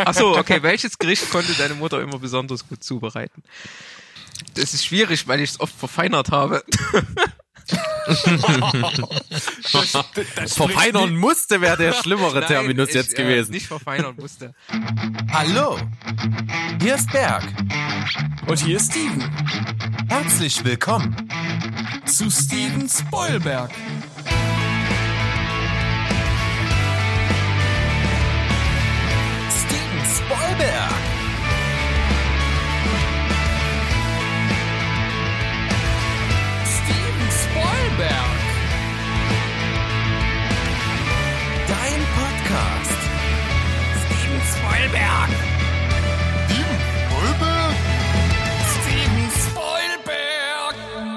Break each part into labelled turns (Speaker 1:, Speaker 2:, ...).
Speaker 1: Ach so, okay. Welches Gericht konnte deine Mutter immer besonders gut zubereiten? Das ist schwierig, weil ich es oft verfeinert habe.
Speaker 2: Das verfeinern musste, wäre der schlimmere Terminus jetzt gewesen.
Speaker 1: Nicht verfeinern musste.
Speaker 3: Hallo, hier ist Berg.
Speaker 4: Und hier ist Steven.
Speaker 3: Herzlich willkommen
Speaker 4: Zu Steven Spoilberg.
Speaker 3: Steven Spoilberg.
Speaker 4: Steven Spoilberg.
Speaker 3: Dein Podcast.
Speaker 4: Steven Spoilberg.
Speaker 3: Steven Spoilberg.
Speaker 4: Steven Spoilberg.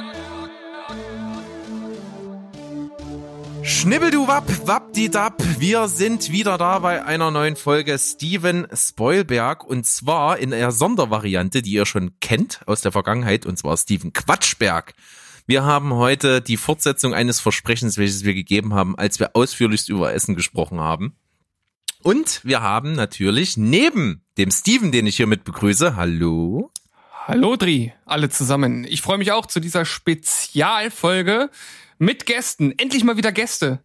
Speaker 2: Schnibbelduwapp, wappdidab, wir sind wieder da bei einer neuen Folge Steven Spoilberg und zwar in der Sondervariante, die ihr schon kennt aus der Vergangenheit, und zwar Steven Quatschberg. Wir haben heute die Fortsetzung eines Versprechens, welches wir gegeben haben, als wir ausführlichst über Essen gesprochen haben. Und wir haben natürlich neben dem Steven, den ich hiermit begrüße, hallo.
Speaker 5: Hallo Dri, alle zusammen. Ich freue mich auch zu dieser Spezialfolge mit Gästen. Endlich mal wieder Gäste.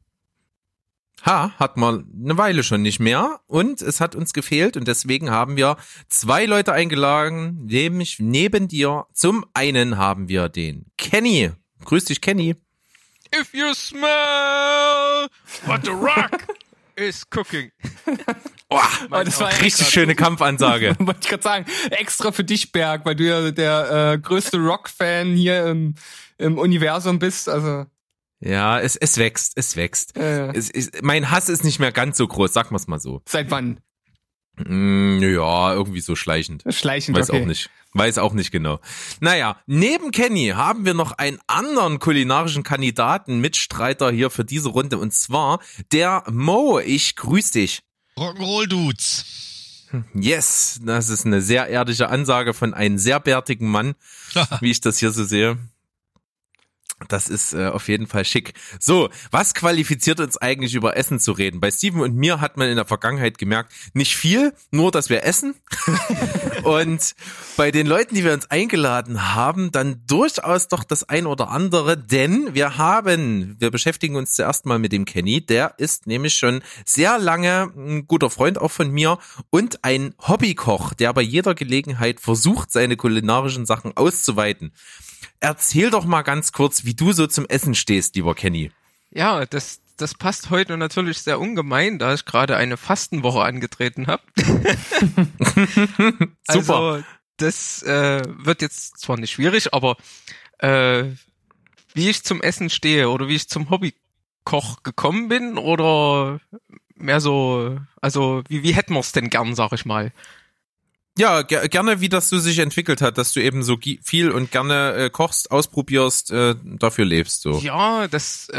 Speaker 2: Hat man eine Weile schon nicht mehr und es hat uns gefehlt und deswegen haben wir zwei Leute eingeladen, nämlich neben dir. Zum einen haben wir den Kenny. Grüß dich, Kenny.
Speaker 1: If you smell what the rock is cooking.
Speaker 2: Oh, das war eine richtig schöne Kampfansage.
Speaker 5: Wollte ich gerade sagen, extra für dich, Berg, weil du ja der größte Rock-Fan hier im Universum bist. Also
Speaker 2: ja, es wächst. Mein Hass ist nicht mehr ganz so groß, sagen wir es mal so.
Speaker 5: Seit wann?
Speaker 2: Ja, irgendwie so schleichend.
Speaker 5: Schleichend,
Speaker 2: Weiß
Speaker 5: okay.
Speaker 2: auch nicht. Weiß auch nicht genau. Naja, neben Kenny haben wir noch einen anderen kulinarischen Kandidaten, Mitstreiter hier für diese Runde, und zwar der Mo. Ich grüß dich.
Speaker 6: Rock'n'Roll Dudes.
Speaker 2: Yes, das ist eine sehr ehrliche Ansage von einem sehr bärtigen Mann, wie ich das hier so sehe. Das ist auf jeden Fall schick. So, was qualifiziert uns eigentlich über Essen zu reden? Bei Steven und mir hat man in der Vergangenheit gemerkt, nicht viel, nur dass wir essen. Und bei den Leuten, die wir uns eingeladen haben, dann durchaus doch das ein oder andere, denn wir beschäftigen uns zuerst mal mit dem Kenny, der ist nämlich schon sehr lange ein guter Freund auch von mir und ein Hobbykoch, der bei jeder Gelegenheit versucht, seine kulinarischen Sachen auszuweiten. Erzähl doch mal ganz kurz, wie du so zum Essen stehst, lieber Kenny.
Speaker 1: Ja, das passt heute natürlich sehr ungemein, da ich gerade eine Fastenwoche angetreten habe.
Speaker 2: Super.
Speaker 1: Also, das wird jetzt zwar nicht schwierig, aber wie ich zum Essen stehe oder wie ich zum Hobbykoch gekommen bin oder mehr so, also wie hätten wir es denn gern, sag ich mal.
Speaker 2: Ja, gerne, wie das so sich entwickelt hat, dass du eben so viel und gerne kochst, ausprobierst, dafür lebst, so.
Speaker 1: Ja, das,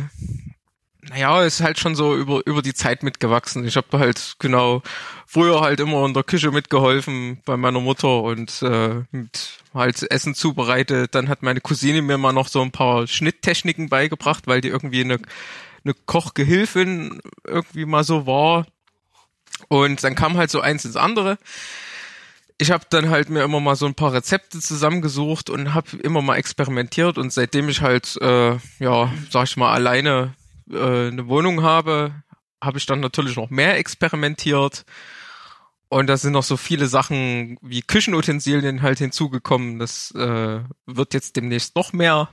Speaker 1: ist halt schon so über die Zeit mitgewachsen. Ich habe halt früher halt immer in der Küche mitgeholfen bei meiner Mutter und mit halt Essen zubereitet. Dann hat meine Cousine mir mal noch so ein paar Schnitttechniken beigebracht, weil die irgendwie eine Kochgehilfin irgendwie mal so war. Und dann kam halt so eins ins andere. Ich habe dann halt mir immer mal so ein paar Rezepte zusammengesucht und habe immer mal experimentiert und seitdem ich halt, sag ich mal, alleine eine Wohnung habe ich dann natürlich noch mehr experimentiert und da sind noch so viele Sachen wie Küchenutensilien halt hinzugekommen, das wird jetzt demnächst noch mehr.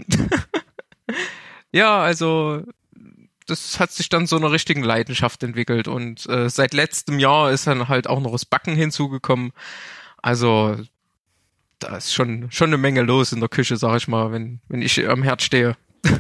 Speaker 1: Ja, also das hat sich dann so eine richtige Leidenschaft entwickelt und seit letztem Jahr ist dann halt auch noch das Backen hinzugekommen. Also da ist schon eine Menge los in der Küche, sag ich mal, wenn ich am Herd stehe.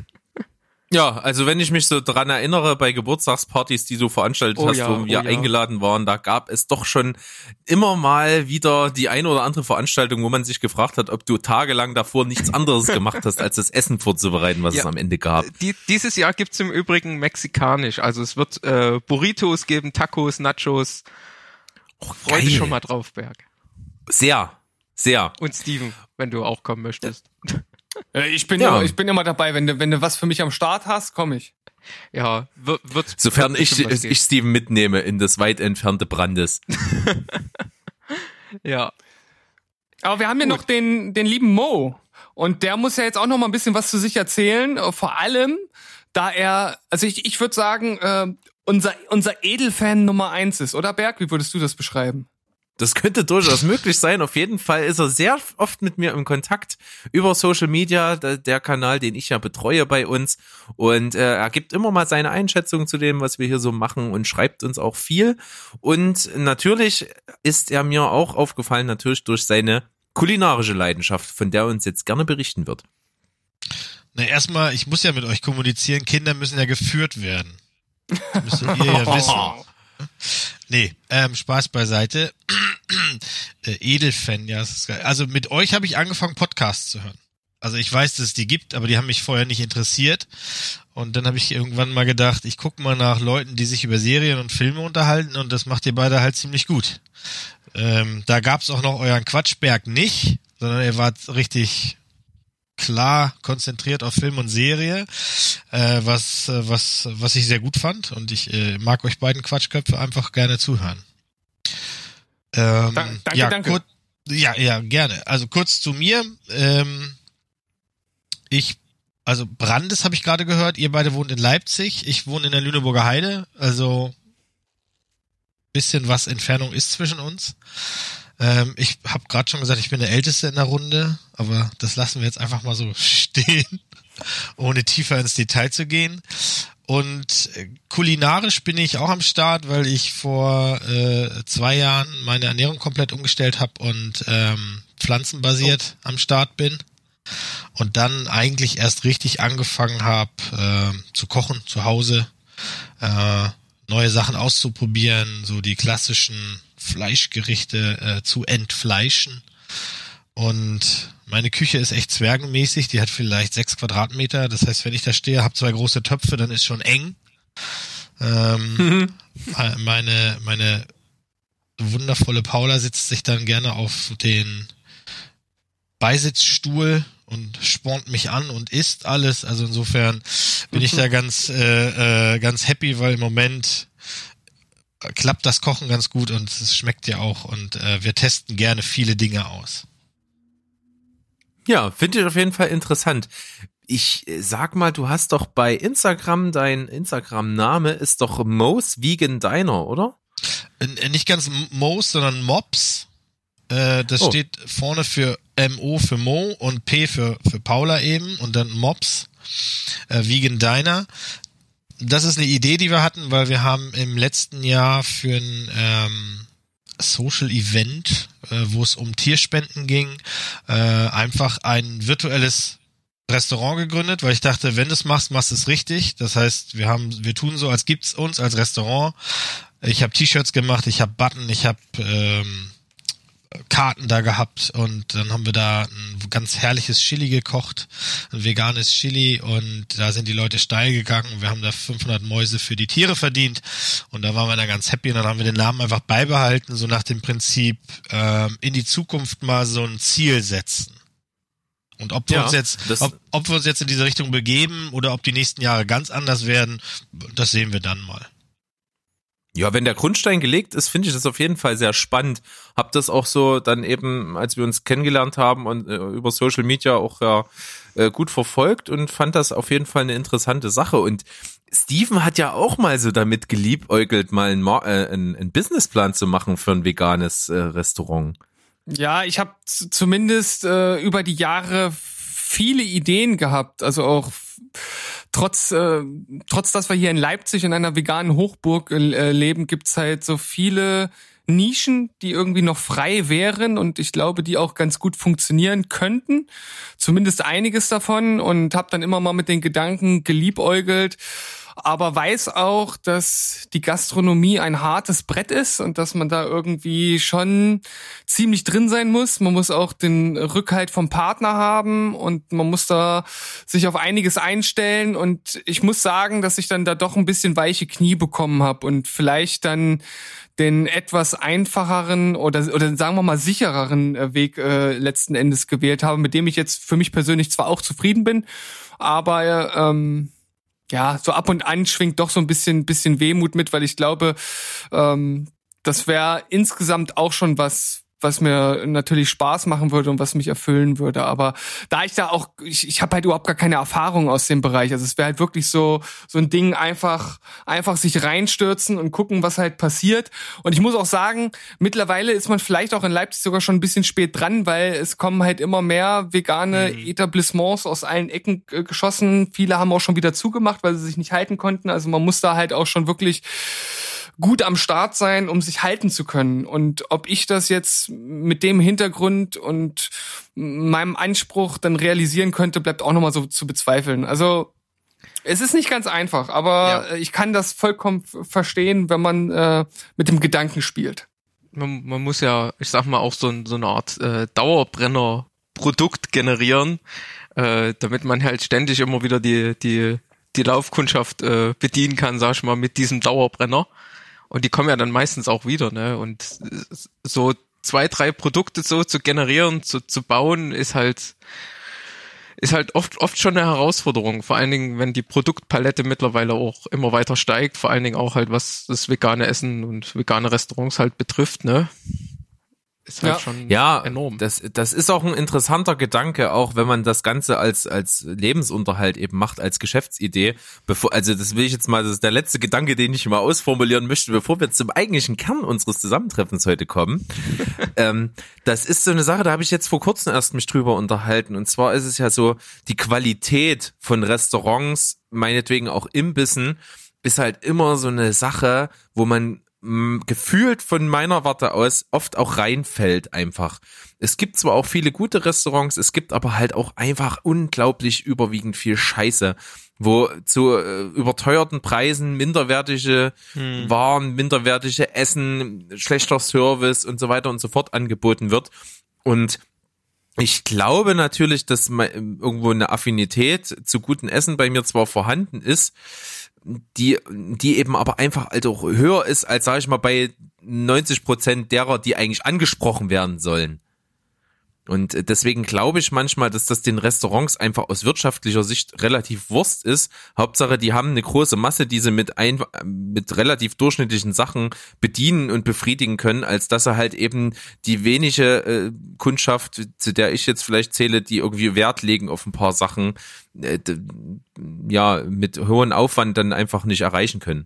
Speaker 2: Ja, also wenn ich mich so dran erinnere, bei Geburtstagspartys, die du veranstaltet hast, wo wir eingeladen waren, da gab es doch schon immer mal wieder die eine oder andere Veranstaltung, wo man sich gefragt hat, ob du tagelang davor nichts anderes gemacht hast, als das Essen vorzubereiten, was es am Ende gab.
Speaker 1: Dieses Jahr gibt's im Übrigen mexikanisch, also es wird Burritos geben, Tacos, Nachos. Freu dich schon mal drauf, Berg.
Speaker 2: Sehr, sehr.
Speaker 1: Und Steven, wenn du auch kommen möchtest.
Speaker 5: Ich bin immer dabei, wenn du was für mich am Start hast, komme ich.
Speaker 1: Ja, wird
Speaker 2: Sofern
Speaker 1: wird bestimmt was geben.
Speaker 2: ich Steven mitnehme in das weit entfernte Brandes.
Speaker 1: Ja.
Speaker 5: Aber wir haben ja noch den lieben Mo. Und der muss ja jetzt auch noch mal ein bisschen was zu sich erzählen. Vor allem, da er, also ich würde sagen, unser Edelfan Nummer 1 ist, oder Berg? Wie würdest du das beschreiben?
Speaker 2: Das könnte durchaus möglich sein. Auf jeden Fall ist er sehr oft mit mir im Kontakt über Social Media, der Kanal, den ich ja betreue bei uns. Und er gibt immer mal seine Einschätzung zu dem, was wir hier so machen und schreibt uns auch viel. Und natürlich ist er mir auch aufgefallen, natürlich durch seine kulinarische Leidenschaft, von der er uns jetzt gerne berichten wird.
Speaker 6: Na, erstmal, ich muss ja mit euch kommunizieren, Kinder müssen ja geführt werden. Das müsst ihr ja wissen. Nee, Spaß beiseite. Edelfan, ja, das ist geil. Also mit euch habe ich angefangen, Podcasts zu hören. Also ich weiß, dass es die gibt, aber die haben mich vorher nicht interessiert. Und dann habe ich irgendwann mal gedacht, ich gucke mal nach Leuten, die sich über Serien und Filme unterhalten, und das macht ihr beide halt ziemlich gut. Da gab's auch noch euren Quatschberg nicht, sondern ihr wart richtig klar konzentriert auf Film und Serie, was ich sehr gut fand, und ich mag euch beiden Quatschköpfe einfach gerne zuhören.
Speaker 5: Danke.
Speaker 6: Ja, gerne. Also kurz zu mir. Also Brandes habe ich gerade gehört, ihr beide wohnt in Leipzig, ich wohne in der Lüneburger Heide, also bisschen was Entfernung ist zwischen uns. Ich habe gerade schon gesagt, ich bin der Älteste in der Runde, aber das lassen wir jetzt einfach mal so stehen, ohne tiefer ins Detail zu gehen. Und kulinarisch bin ich auch am Start, weil ich vor 2 Jahren meine Ernährung komplett umgestellt habe und pflanzenbasiert am Start bin. Und dann eigentlich erst richtig angefangen habe zu kochen zu Hause, neue Sachen auszuprobieren, so die klassischen Fleischgerichte zu entfleischen. Und meine Küche ist echt zwergenmäßig, die hat vielleicht 6 Quadratmeter. Das heißt, wenn ich da stehe, habe 2 große Töpfe, dann ist schon eng. Meine wundervolle Paula sitzt sich dann gerne auf den Beisitzstuhl und spornt mich an und isst alles. Also insofern bin ich da ganz happy, weil im Moment klappt das Kochen ganz gut und es schmeckt ja auch, und wir testen gerne viele Dinge aus.
Speaker 2: Ja, finde ich auf jeden Fall interessant. Ich sag mal, du hast doch bei Instagram, dein Instagram-Name ist doch Mo's Vegan Diner, oder?
Speaker 6: Nicht ganz Mo's, sondern Mops. Das steht vorne für MO für Mo und P für Paula eben, und dann Mops, Vegan Diner. Das ist eine Idee, die wir hatten, weil wir haben im letzten Jahr für ein Social Event, wo es um Tierspenden ging, einfach ein virtuelles Restaurant gegründet, weil ich dachte, wenn du es machst, machst du es richtig. Das heißt, wir tun so, als gibt's uns als Restaurant. Ich habe T-Shirts gemacht, ich habe Button, ich habe Karten da gehabt, und dann haben wir da ein ganz herrliches Chili gekocht, ein veganes Chili, und da sind die Leute steil gegangen. Wir haben da 500 Mäuse für die Tiere verdient, und da waren wir dann ganz happy, und dann haben wir den Namen einfach beibehalten, so nach dem Prinzip in die Zukunft mal so ein Ziel setzen. Und ob wir uns jetzt in diese Richtung begeben oder ob die nächsten Jahre ganz anders werden, das sehen wir dann mal.
Speaker 2: Ja, wenn der Grundstein gelegt ist, finde ich das auf jeden Fall sehr spannend. Hab das auch so dann eben, als wir uns kennengelernt haben und über Social Media auch gut verfolgt, und fand das auf jeden Fall eine interessante Sache. Und Steven hat ja auch mal so damit geliebäugelt, mal einen Businessplan zu machen für ein veganes Restaurant.
Speaker 5: Ja, ich habe zumindest über die Jahre viele Ideen gehabt, also auch trotz dass wir hier in Leipzig in einer veganen Hochburg leben, gibt's halt so viele Nischen, die irgendwie noch frei wären, und ich glaube, die auch ganz gut funktionieren könnten, zumindest einiges davon, und habe dann immer mal mit den Gedanken geliebäugelt, aber weiß auch, dass die Gastronomie ein hartes Brett ist und dass man da irgendwie schon ziemlich drin sein muss. Man muss auch den Rückhalt vom Partner haben, und man muss da sich auf einiges einstellen, und ich muss sagen, dass ich dann da doch ein bisschen weiche Knie bekommen habe und vielleicht dann den etwas einfacheren oder sagen wir mal sichereren Weg letzten Endes gewählt habe, mit dem ich jetzt für mich persönlich zwar auch zufrieden bin, aber ja, so ab und an schwingt doch so ein bisschen Wehmut mit, weil ich glaube, das wäre insgesamt auch schon was mir natürlich Spaß machen würde und was mich erfüllen würde. Aber da ich habe halt überhaupt gar keine Erfahrung aus dem Bereich. Also es wäre halt wirklich so ein Ding, einfach sich reinstürzen und gucken, was halt passiert. Und ich muss auch sagen, mittlerweile ist man vielleicht auch in Leipzig sogar schon ein bisschen spät dran, weil es kommen halt immer mehr vegane Etablissements aus allen Ecken geschossen. Viele haben auch schon wieder zugemacht, weil sie sich nicht halten konnten. Also man muss da halt auch schon wirklich gut am Start sein, um sich halten zu können. Und ob ich das jetzt mit dem Hintergrund und meinem Anspruch dann realisieren könnte, bleibt auch nochmal so zu bezweifeln. Also es ist nicht ganz einfach, aber ich kann das vollkommen verstehen, wenn man mit dem Gedanken spielt.
Speaker 1: Man muss ja, ich sag mal, auch so eine Art Dauerbrenner-Produkt generieren, damit man halt ständig immer wieder die Laufkundschaft bedienen kann, sag ich mal, mit diesem Dauerbrenner. Und die kommen ja dann meistens auch wieder, ne? Und so 2, 3 Produkte so zu generieren, zu bauen, ist halt oft schon eine Herausforderung. Vor allen Dingen, wenn die Produktpalette mittlerweile auch immer weiter steigt, vor allen Dingen auch halt, was das vegane Essen und vegane Restaurants halt betrifft, ne? Ist halt schon enorm.
Speaker 2: Das ist auch ein interessanter Gedanke, auch wenn man das Ganze als Lebensunterhalt eben macht, als Geschäftsidee. Also das will ich jetzt mal, das ist der letzte Gedanke, den ich mal ausformulieren möchte, bevor wir zum eigentlichen Kern unseres Zusammentreffens heute kommen. Das ist so eine Sache, da habe ich jetzt vor kurzem erst mich drüber unterhalten. Und zwar ist es ja so, die Qualität von Restaurants, meinetwegen auch Imbissen, ist halt immer so eine Sache, wo man gefühlt von meiner Warte aus oft auch reinfällt einfach. Es gibt zwar auch viele gute Restaurants, es gibt aber halt auch einfach unglaublich überwiegend viel Scheiße, wo zu überteuerten Preisen minderwertige Waren, minderwertige Essen, schlechter Service und so weiter und so fort angeboten wird. Und ich glaube natürlich, dass irgendwo eine Affinität zu gutem Essen bei mir zwar vorhanden ist, die eben aber einfach also höher ist als, sage ich mal, bei 90% derer, die eigentlich angesprochen werden sollen. Und deswegen glaube ich manchmal, dass das den Restaurants einfach aus wirtschaftlicher Sicht relativ Wurst ist. Hauptsache, die haben eine große Masse, die sie mit relativ durchschnittlichen Sachen bedienen und befriedigen können, als dass sie halt eben die wenige Kundschaft, zu der ich jetzt vielleicht zähle, die irgendwie Wert legen auf ein paar Sachen, mit hohem Aufwand dann einfach nicht erreichen können.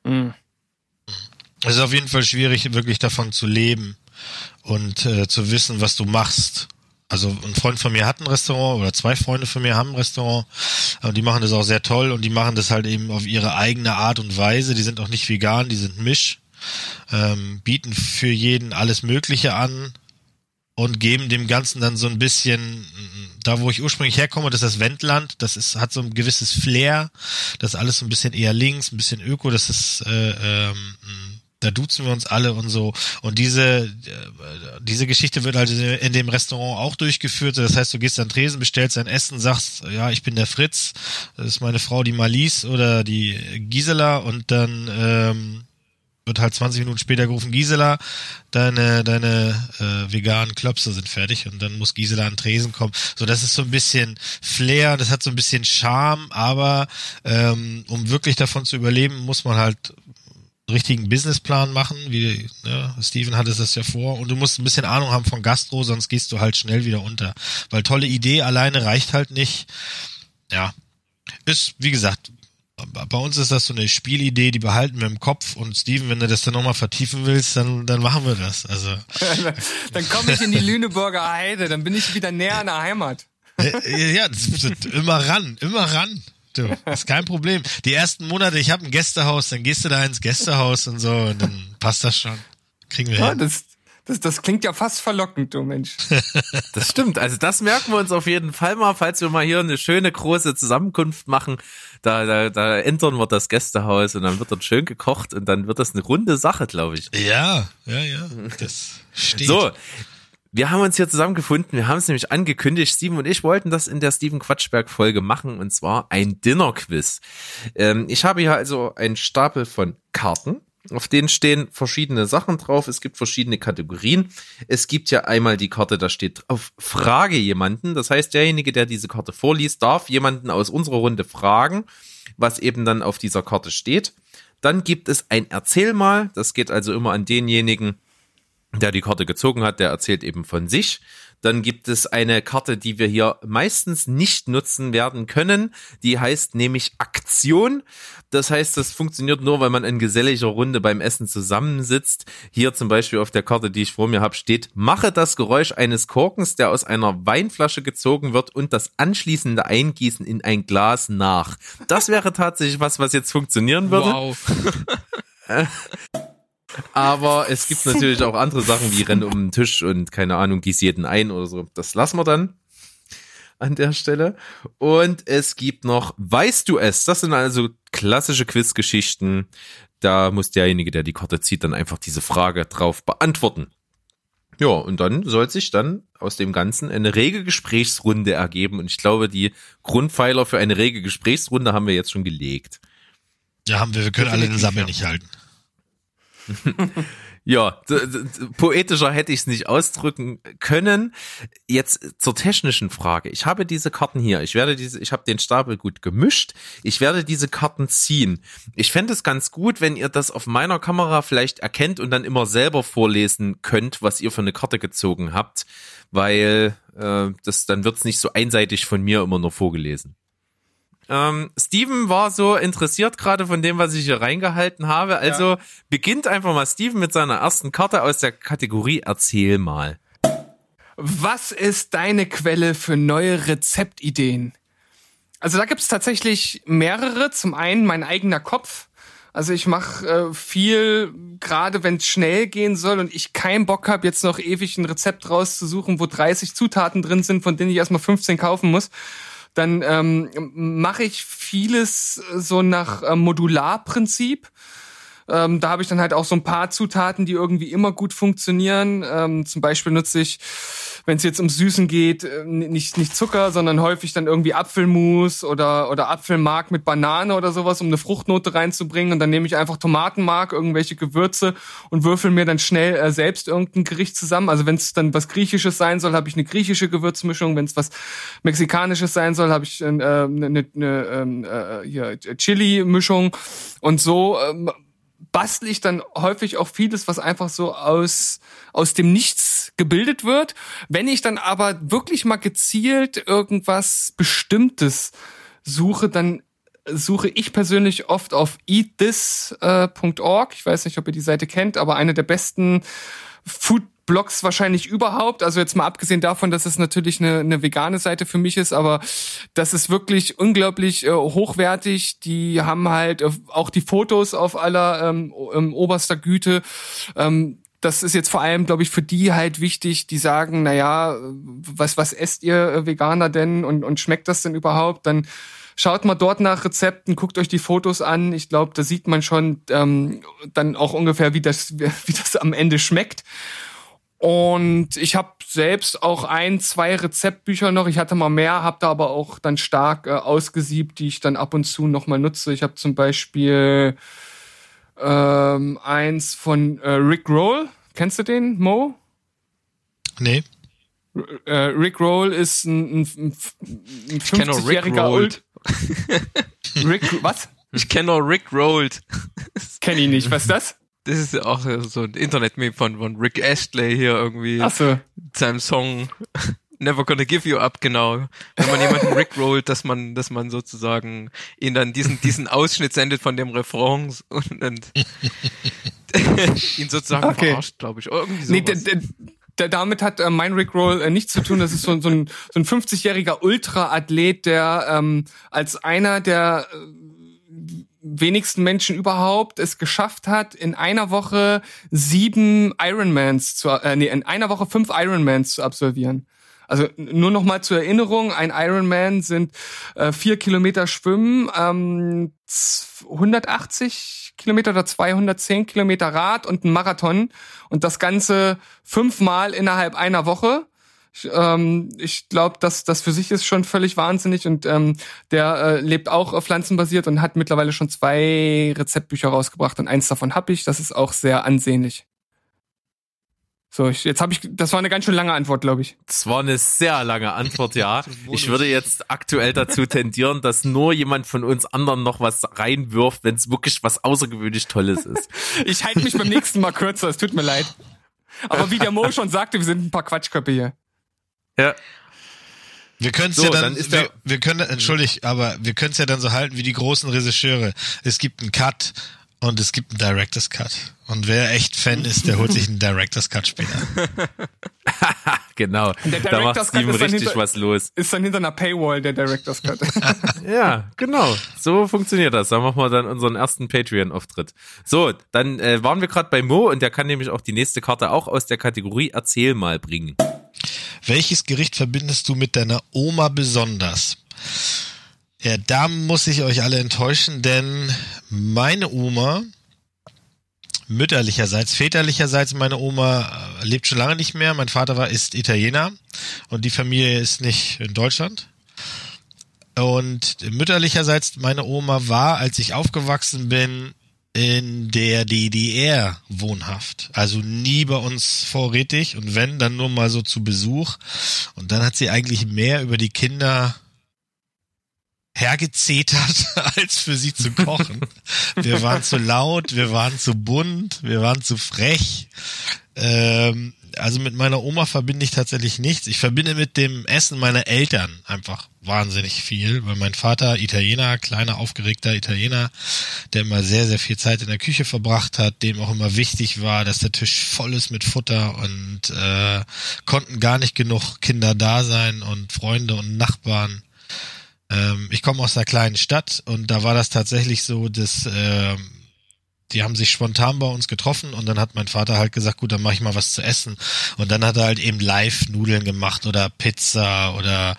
Speaker 6: Es ist auf jeden Fall schwierig, wirklich davon zu leben und zu wissen, was du machst. Also ein Freund von mir hat ein Restaurant oder 2 Freunde von mir haben ein Restaurant, aber die machen das auch sehr toll und die machen das halt eben auf ihre eigene Art und Weise. Die sind auch nicht vegan, die sind Misch, bieten für jeden alles Mögliche an und geben dem Ganzen dann so ein bisschen, da wo ich ursprünglich herkomme, das ist das Wendland, hat so ein gewisses Flair, das ist alles so ein bisschen eher links, ein bisschen öko, das ist da duzen wir uns alle und so. Und diese Geschichte wird halt in dem Restaurant auch durchgeführt. Das heißt, du gehst an den Tresen, bestellst dein Essen, sagst, ja, ich bin der Fritz, das ist meine Frau, die Marlies oder die Gisela, und dann wird halt 20 Minuten später gerufen, Gisela, deine veganen Klöpse sind fertig, und dann muss Gisela an den Tresen kommen. So, das ist so ein bisschen Flair, das hat so ein bisschen Charme, aber um wirklich davon zu überleben, muss man halt richtigen Businessplan machen, wie Steven hatte das ja vor, und du musst ein bisschen Ahnung haben von Gastro, sonst gehst du halt schnell wieder unter, weil tolle Idee alleine reicht halt nicht. Ja, ist, wie gesagt, bei uns ist das so eine Spielidee, die behalten wir im Kopf, und Steven, wenn du das dann nochmal vertiefen willst, dann machen wir das. Also
Speaker 5: dann komme ich in die Lüneburger Heide, dann bin ich wieder näher an der Heimat.
Speaker 6: Ja, immer ran. Du, ist kein Problem. Die ersten Monate, ich habe ein Gästehaus, dann gehst du da ins Gästehaus und so, und dann passt das schon. Kriegen wir hin.
Speaker 5: Das klingt ja fast verlockend, du Mensch.
Speaker 2: Das stimmt. Also das merken wir uns auf jeden Fall mal, falls wir mal hier eine schöne große Zusammenkunft machen. Da entern wir das Gästehaus und dann wird dort schön gekocht und dann wird das eine runde Sache, glaube ich.
Speaker 6: Ja. Das steht.
Speaker 2: So. Wir haben uns hier zusammengefunden, wir haben es nämlich angekündigt, Steven und ich wollten das in der Steven Quatschberg-Folge machen, und zwar ein Dinner-Quiz. Ich habe hier also einen Stapel von Karten, auf denen stehen verschiedene Sachen drauf, es gibt verschiedene Kategorien. Es gibt ja einmal die Karte, da steht drauf, frage jemanden, das heißt, derjenige, der diese Karte vorliest, darf jemanden aus unserer Runde fragen, was eben dann auf dieser Karte steht. Dann gibt es ein Erzähl mal, das geht also immer an denjenigen, der die Karte gezogen hat, der erzählt eben von sich. Dann gibt es eine Karte, die wir hier meistens nicht nutzen werden können. Die heißt nämlich Aktion. Das heißt, das funktioniert nur, wenn man in geselliger Runde beim Essen zusammensitzt. Hier zum Beispiel auf der Karte, die ich vor mir habe, steht: Mache das Geräusch eines Korkens, der aus einer Weinflasche gezogen wird, und das anschließende Eingießen in ein Glas nach. Das wäre tatsächlich was jetzt funktionieren würde.
Speaker 1: Wow.
Speaker 2: Aber es gibt natürlich auch andere Sachen wie Renn um den Tisch und keine Ahnung, gieß jeden ein oder so. Das lassen wir dann an der Stelle. Und es gibt noch Weißt du es? Das sind also klassische Quizgeschichten. Da muss derjenige, der die Karte zieht, dann einfach diese Frage drauf beantworten. Ja, und dann soll sich dann aus dem Ganzen eine rege Gesprächsrunde ergeben. Und ich glaube, die Grundpfeiler für eine rege Gesprächsrunde haben wir jetzt schon gelegt.
Speaker 6: Ja, haben wir. Wir können alle den Sammel nicht halten.
Speaker 2: Ja, poetischer hätte ich es nicht ausdrücken können. Jetzt zur technischen Frage. Ich habe diese Karten hier. Ich habe den Stapel gut gemischt. Ich werde diese Karten ziehen. Ich fände es ganz gut, wenn ihr das auf meiner Kamera vielleicht erkennt und dann immer selber vorlesen könnt, was ihr für eine Karte gezogen habt, weil dann wird es nicht so einseitig von mir immer nur vorgelesen. Steven war so interessiert gerade von dem, was ich hier reingehalten habe. Also beginnt einfach mal Steven mit seiner ersten Karte aus der Kategorie Erzähl mal.
Speaker 5: Was ist deine Quelle für neue Rezeptideen? Also da gibt's tatsächlich mehrere. Zum einen mein eigener Kopf. Also ich mache viel, gerade wenn es schnell gehen soll und ich keinen Bock habe, jetzt noch ewig ein Rezept rauszusuchen, wo 30 Zutaten drin sind, von denen ich erstmal 15 kaufen muss. Dann mache ich vieles so nach Modularprinzip. Da habe ich dann halt auch so ein paar Zutaten, die irgendwie immer gut funktionieren. Zum Beispiel nutze ich, wenn es jetzt um Süßen geht, nicht Zucker, sondern häufig dann irgendwie Apfelmus oder Apfelmark mit Banane oder sowas, um eine Fruchtnote reinzubringen. Und dann nehme ich einfach Tomatenmark, irgendwelche Gewürze und würfel mir dann schnell selbst irgendein Gericht zusammen. Also wenn es dann was Griechisches sein soll, habe ich eine griechische Gewürzmischung. Wenn es was Mexikanisches sein soll, habe ich eine Chili-Mischung. Und so bastle ich dann häufig auch vieles, was einfach so aus dem Nichts gebildet wird. Wenn ich dann aber wirklich mal gezielt irgendwas Bestimmtes suche, dann suche ich persönlich oft auf eatthis.org. Ich weiß nicht, ob ihr die Seite kennt, aber eine der besten Food-Blogs wahrscheinlich überhaupt. Also jetzt mal abgesehen davon, dass es natürlich eine vegane Seite für mich ist, aber das ist wirklich unglaublich hochwertig. Die haben halt auch die Fotos auf aller oberster Güte. Das ist jetzt vor allem, glaube ich, für die halt wichtig, die sagen, naja, was esst ihr Veganer denn und schmeckt das denn überhaupt? Dann schaut mal dort nach Rezepten, guckt euch die Fotos an. Ich glaube, da sieht man schon dann auch ungefähr, wie das am Ende schmeckt. Und ich habe selbst auch 1-2 Rezeptbücher noch. Ich hatte mal mehr, habe da aber auch dann stark ausgesiebt, die ich dann ab und zu nochmal nutze. Ich habe zum Beispiel eins von Rick Roll. Kennst du den, Mo?
Speaker 6: Nee.
Speaker 5: Rick Roll ist ein 50-jähriger Rick, was?
Speaker 1: Ich kenne nur Rick Rolled.
Speaker 5: Kenn ich nicht. Was ist das?
Speaker 1: Das ist auch so ein Internet-Meme von Rick Astley hier irgendwie.
Speaker 5: Ach so.
Speaker 1: Mit seinem Song Never Gonna Give You Up, genau. Wenn man jemanden Rick rollt, dass man sozusagen ihn dann diesen Ausschnitt sendet von dem Refrain und ihn sozusagen verarscht, glaube ich. Irgendwie sowas.
Speaker 5: Nee, damit hat mein Rickroll nichts zu tun. Das ist so ein 50-jähriger Ultra-Athlet, der als einer der wenigsten Menschen überhaupt es geschafft hat, in einer Woche 5 Ironmans zu absolvieren. Also nur noch mal zur Erinnerung, ein Ironman sind 4 Kilometer Schwimmen, 180 Kilometer oder 210 Kilometer Rad und ein Marathon. Und das Ganze 5-mal innerhalb einer Woche. Ich glaube, das für sich ist schon völlig wahnsinnig. Und der lebt auch pflanzenbasiert und hat mittlerweile schon 2 Rezeptbücher rausgebracht. Und eins davon habe ich. Das ist auch sehr ansehnlich. So, das war eine ganz schön lange Antwort, glaube ich.
Speaker 2: Das war eine sehr lange Antwort, ja. Ich würde jetzt aktuell dazu tendieren, dass nur jemand von uns anderen noch was reinwirft, wenn es wirklich was außergewöhnlich Tolles ist.
Speaker 5: Ich halte mich beim nächsten Mal kürzer, es tut mir leid. Aber wie der Mo schon sagte, wir sind ein paar Quatschköpfe hier.
Speaker 2: Ja.
Speaker 6: Wir können es
Speaker 2: So,
Speaker 6: ja dann,
Speaker 2: dann ist der-
Speaker 6: wir können, entschuldigt, aber wir können es ja dann so halten wie die großen Regisseure. Es gibt einen Cut und es gibt einen Director's Cut. Und wer echt Fan ist, der holt sich einen Director's Cut später.
Speaker 2: Genau.
Speaker 5: Der
Speaker 2: Da macht
Speaker 5: Director's Cut
Speaker 2: Steven
Speaker 5: ist dann
Speaker 2: richtig was los.
Speaker 5: Ist dann hinter einer Paywall der Director's Cut.
Speaker 2: Ja, genau. So funktioniert das. Da machen wir dann unseren ersten Patreon-Auftritt. So, dann waren wir gerade bei Mo und der kann nämlich auch die nächste Karte auch aus der Kategorie Erzähl mal bringen.
Speaker 6: Welches Gericht verbindest du mit deiner Oma besonders? Ja, da muss ich euch alle enttäuschen, denn meine Oma, mütterlicherseits, väterlicherseits meine Oma lebt schon lange nicht mehr. Mein Vater ist Italiener und die Familie ist nicht in Deutschland. Und mütterlicherseits meine Oma war, als ich aufgewachsen bin, in der DDR wohnhaft. Also nie bei uns vorrätig und wenn, dann nur mal so zu Besuch. Und dann hat sie eigentlich mehr über die Kinder hergezetert, als für sie zu kochen. Wir waren zu laut, wir waren zu bunt, wir waren zu frech. Also mit meiner Oma verbinde ich tatsächlich nichts. Ich verbinde mit dem Essen meiner Eltern einfach wahnsinnig viel, weil mein Vater Italiener, kleiner, aufgeregter Italiener, der immer sehr, sehr viel Zeit in der Küche verbracht hat, dem auch immer wichtig war, dass der Tisch voll ist mit Futter und konnten gar nicht genug Kinder da sein und Freunde und Nachbarn. Ich komme aus einer kleinen Stadt und da war das tatsächlich so, dass die haben sich spontan bei uns getroffen und dann hat mein Vater halt gesagt, gut, dann mache ich mal was zu essen. Und dann hat er halt eben live Nudeln gemacht oder Pizza oder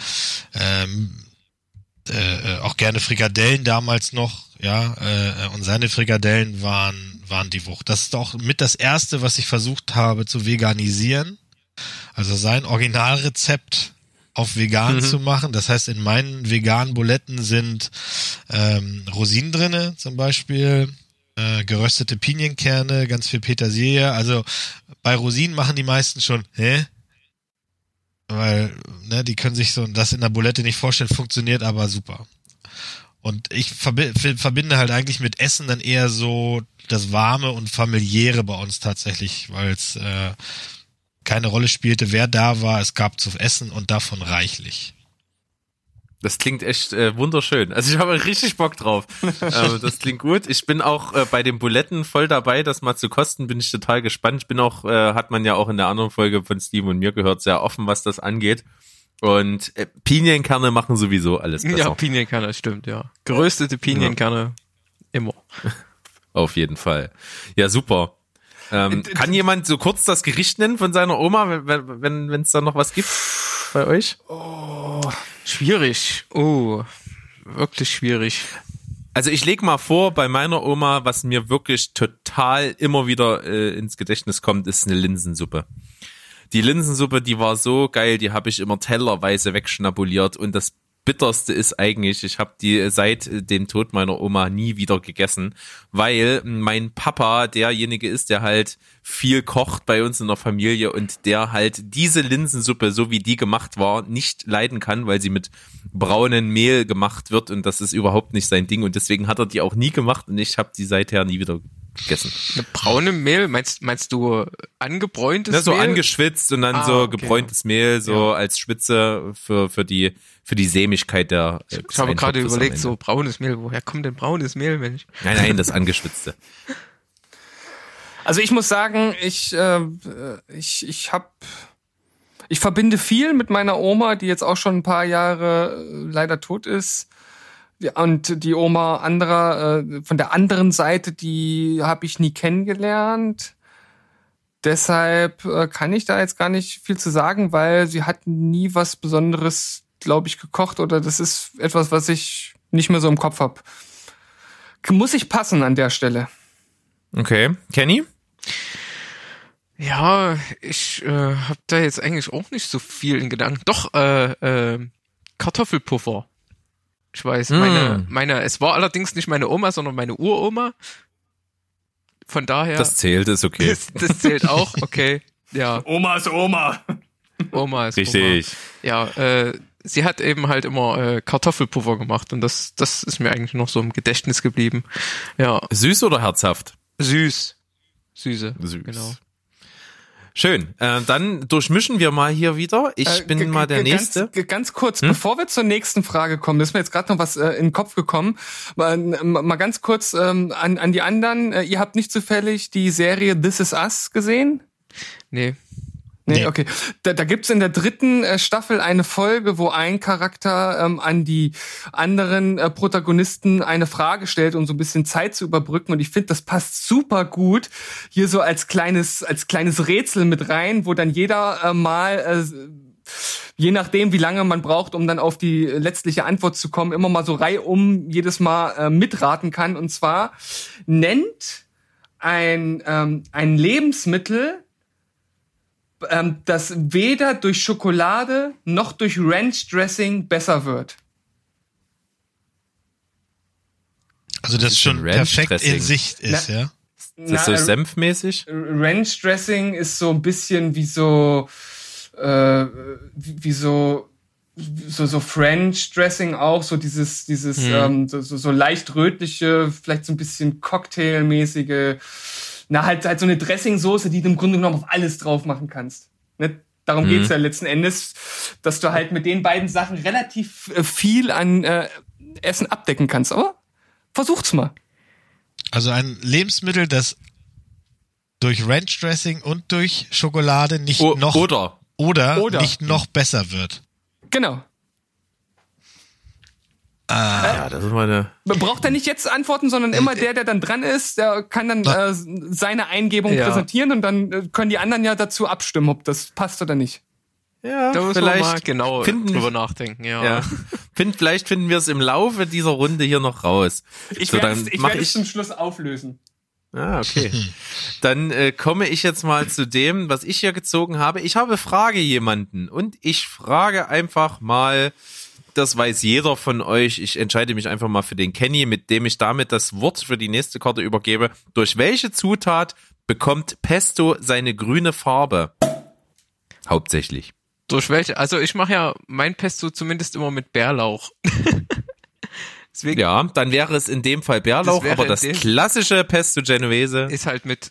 Speaker 6: auch gerne Frikadellen damals noch, ja. Und seine Frikadellen waren die Wucht. Das ist auch mit das Erste, was ich versucht habe zu veganisieren. Also sein Originalrezept auf vegan zu machen. Das heißt, in meinen veganen Buletten sind Rosinen drinne zum Beispiel, geröstete Pinienkerne, ganz viel Petersilie. Also bei Rosinen machen die meisten schon, weil die können sich so das in der Bulette nicht vorstellen, funktioniert aber super. Und ich verbinde halt eigentlich mit Essen dann eher so das Warme und Familiäre bei uns tatsächlich, weil es keine Rolle spielte, wer da war. Es gab zu essen und davon reichlich.
Speaker 2: Das klingt echt wunderschön. Also ich habe richtig Bock drauf. Das klingt gut. Ich bin auch bei den Buletten voll dabei, das mal zu kosten. Bin ich total gespannt. Ich bin auch, hat man ja auch in der anderen Folge von Steven und mir gehört, sehr offen, was das angeht. Und Pinienkerne machen sowieso alles besser.
Speaker 1: Ja, Pinienkerne, stimmt, ja. Geröstete Pinienkerne, immer.
Speaker 2: Auf jeden Fall. Ja, super. Kann jemand so kurz das Gericht nennen von seiner Oma, wenn es da noch was gibt bei euch?
Speaker 1: Oh, schwierig. Oh, wirklich schwierig.
Speaker 2: Also ich leg mal vor, bei meiner Oma, was mir wirklich total immer wieder ins Gedächtnis kommt, ist eine Linsensuppe. Die Linsensuppe, die war so geil, die habe ich immer tellerweise wegschnabuliert und das Bitterste ist eigentlich, ich habe die seit dem Tod meiner Oma nie wieder gegessen, weil mein Papa derjenige ist, der halt viel kocht bei uns in der Familie und der halt diese Linsensuppe, so wie die gemacht war, nicht leiden kann, weil sie mit braunem Mehl gemacht wird und das ist überhaupt nicht sein Ding und deswegen hat er die auch nie gemacht und ich habe die seither nie wieder gegessen.
Speaker 1: Eine braune Mehl, meinst du angebräuntes Mehl?
Speaker 2: So angeschwitzt und dann so gebräuntes Mehl, so als Spitze für die Sämigkeit der
Speaker 1: Ich habe gerade überlegt, so braunes Mehl, woher kommt denn braunes Mehl, Mensch?
Speaker 2: Nein, das angeschwitzte.
Speaker 5: Also ich muss sagen, ich verbinde viel mit meiner Oma, die jetzt auch schon ein paar Jahre leider tot ist. Und die Oma von der anderen Seite, die habe ich nie kennengelernt. Deshalb kann ich da jetzt gar nicht viel zu sagen, weil sie hat nie was Besonderes, glaube ich, gekocht oder das ist etwas, was ich nicht mehr so im Kopf habe. Muss ich passen an der Stelle.
Speaker 2: Okay. Kenny?
Speaker 1: Ja, ich habe da jetzt eigentlich auch nicht so viel in Gedanken. Doch, Kartoffelpuffer. Ich weiß, es war allerdings nicht meine Oma, sondern meine Uroma. Von daher.
Speaker 2: Das zählt, ist okay.
Speaker 1: Das zählt auch, okay. Ja,
Speaker 5: Oma ist Oma.
Speaker 1: Oma ist
Speaker 2: Richtig.
Speaker 1: Oma. Ja, sie hat eben halt immer Kartoffelpuffer gemacht und das ist mir eigentlich noch so im Gedächtnis geblieben. Ja,
Speaker 2: Süß oder herzhaft?
Speaker 1: Süße,
Speaker 2: Süß.
Speaker 1: genau.
Speaker 2: Schön. Dann durchmischen wir mal hier wieder. Ich bin mal der Nächste.
Speaker 5: Ganz kurz, bevor wir zur nächsten Frage kommen, ist mir jetzt gerade noch was in den Kopf gekommen. Mal ganz kurz an die anderen. Ihr habt nicht zufällig die Serie This Is Us gesehen?
Speaker 1: Nee.
Speaker 5: Nee, okay. Da gibt's in der 3. Staffel eine Folge, wo ein Charakter an die anderen Protagonisten eine Frage stellt, um so ein bisschen Zeit zu überbrücken. Und ich finde, das passt super gut hier so als kleines Rätsel mit rein, wo dann jeder mal je nachdem, wie lange man braucht, um dann auf die letztliche Antwort zu kommen, immer mal so reihum jedes Mal mitraten kann. Und zwar nennt ein Lebensmittel, das weder durch Schokolade noch durch Ranch Dressing besser wird.
Speaker 6: Also das schon perfekt
Speaker 2: Ranch-Dressing.
Speaker 6: in Sicht ist, ja.
Speaker 2: Ist das so senfmäßig?
Speaker 5: Ranch Dressing ist so ein bisschen wie so French Dressing auch, so dieses so leicht rötliche, vielleicht so ein bisschen Cocktailmäßige. Halt so eine Dressingsoße, die du im Grunde genommen auf alles drauf machen kannst. Ne? Darum geht's ja letzten Endes, dass du halt mit den beiden Sachen relativ viel an Essen abdecken kannst. Aber versucht's mal.
Speaker 6: Also ein Lebensmittel, das durch Ranch Dressing und durch Schokolade nicht oder nicht noch besser wird.
Speaker 5: Genau.
Speaker 2: Ja, das ist meine.
Speaker 5: Braucht er nicht jetzt antworten, sondern immer der dann dran ist, der kann dann seine Eingebung präsentieren und dann können die anderen ja dazu abstimmen, ob das passt oder nicht.
Speaker 2: Ja,
Speaker 1: Da muss
Speaker 2: vielleicht
Speaker 1: man mal genau drüber nachdenken, ja.
Speaker 2: Vielleicht finden wir es im Laufe dieser Runde hier noch raus.
Speaker 5: Ich
Speaker 2: So,
Speaker 5: werde
Speaker 2: dann mach
Speaker 5: es zum Schluss auflösen.
Speaker 2: Ah, okay. Dann komme ich jetzt mal zu dem, was ich hier gezogen habe. Ich frage jemanden und ich frage einfach mal, das weiß jeder von euch, ich entscheide mich einfach mal für den Kenny, mit dem ich damit das Wort für die nächste Karte übergebe. Durch welche Zutat bekommt Pesto seine grüne Farbe? Hauptsächlich.
Speaker 1: Durch welche? Also ich mache ja mein Pesto zumindest immer mit Bärlauch. Deswegen
Speaker 2: Ja, dann wäre es in dem Fall Bärlauch, aber das klassische Pesto Genovese
Speaker 1: ist halt mit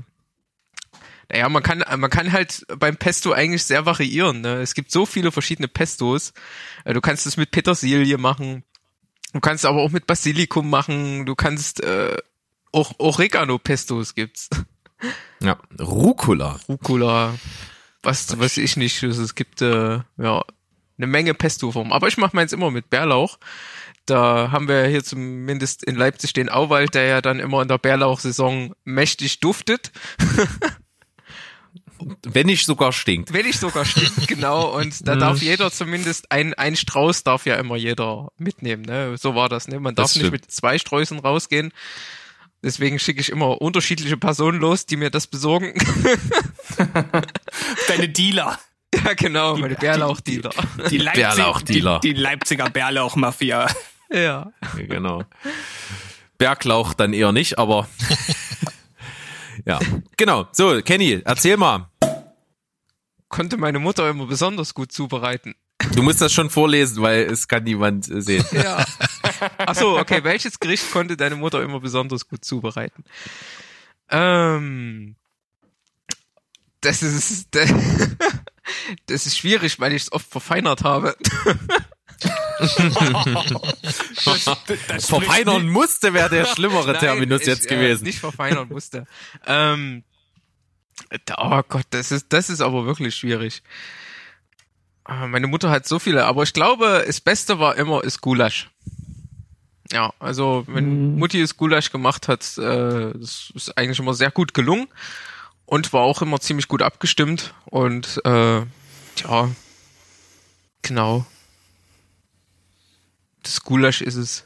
Speaker 1: man kann halt beim Pesto eigentlich sehr variieren, ne? Es gibt so viele verschiedene Pestos. Du kannst es mit Petersilie machen. Du kannst aber auch mit Basilikum machen. Du kannst auch Oregano-Pestos gibt's.
Speaker 2: Ja, Rucola.
Speaker 1: Was weiß ich nicht. Es gibt eine Menge Pesto-Formen. Aber ich mache meins immer mit Bärlauch. Da haben wir hier zumindest in Leipzig den Auwald, der ja dann immer in der Bärlauchsaison mächtig duftet.
Speaker 2: Wenn nicht sogar stinkt.
Speaker 1: Genau. Und da darf jeder zumindest ein Strauß darf ja immer jeder mitnehmen, ne? So war das, ne? Man darf nicht mit 2 Sträußen rausgehen. Deswegen schicke ich immer unterschiedliche Personen los, die mir das besorgen.
Speaker 5: Deine Dealer.
Speaker 1: Ja, genau, meine Bärlauchdealer.
Speaker 5: Die
Speaker 2: Bärlauchdealer.
Speaker 5: Die Leipziger Bärlauchmafia.
Speaker 1: Ja.
Speaker 2: Genau. Berglauch dann eher nicht, aber ja. Genau. So, Kenny, erzähl mal.
Speaker 1: Konnte meine Mutter immer besonders gut zubereiten.
Speaker 2: Du musst das schon vorlesen, weil es kann niemand sehen.
Speaker 1: Ja. Ach so, okay. Welches Gericht konnte deine Mutter immer besonders gut zubereiten? Das ist schwierig, weil ich es oft verfeinert habe.
Speaker 5: Das
Speaker 2: Verfeinern musste wäre der schlimmere Terminus jetzt gewesen.
Speaker 1: Nicht verfeinern musste. Oh Gott, das ist aber wirklich schwierig. Meine Mutter hat so viele, aber ich glaube, das Beste war immer Gulasch. Ja, also wenn Mutti das Gulasch gemacht hat, das ist eigentlich immer sehr gut gelungen und war auch immer ziemlich gut abgestimmt und ja, genau. Das Gulasch ist es.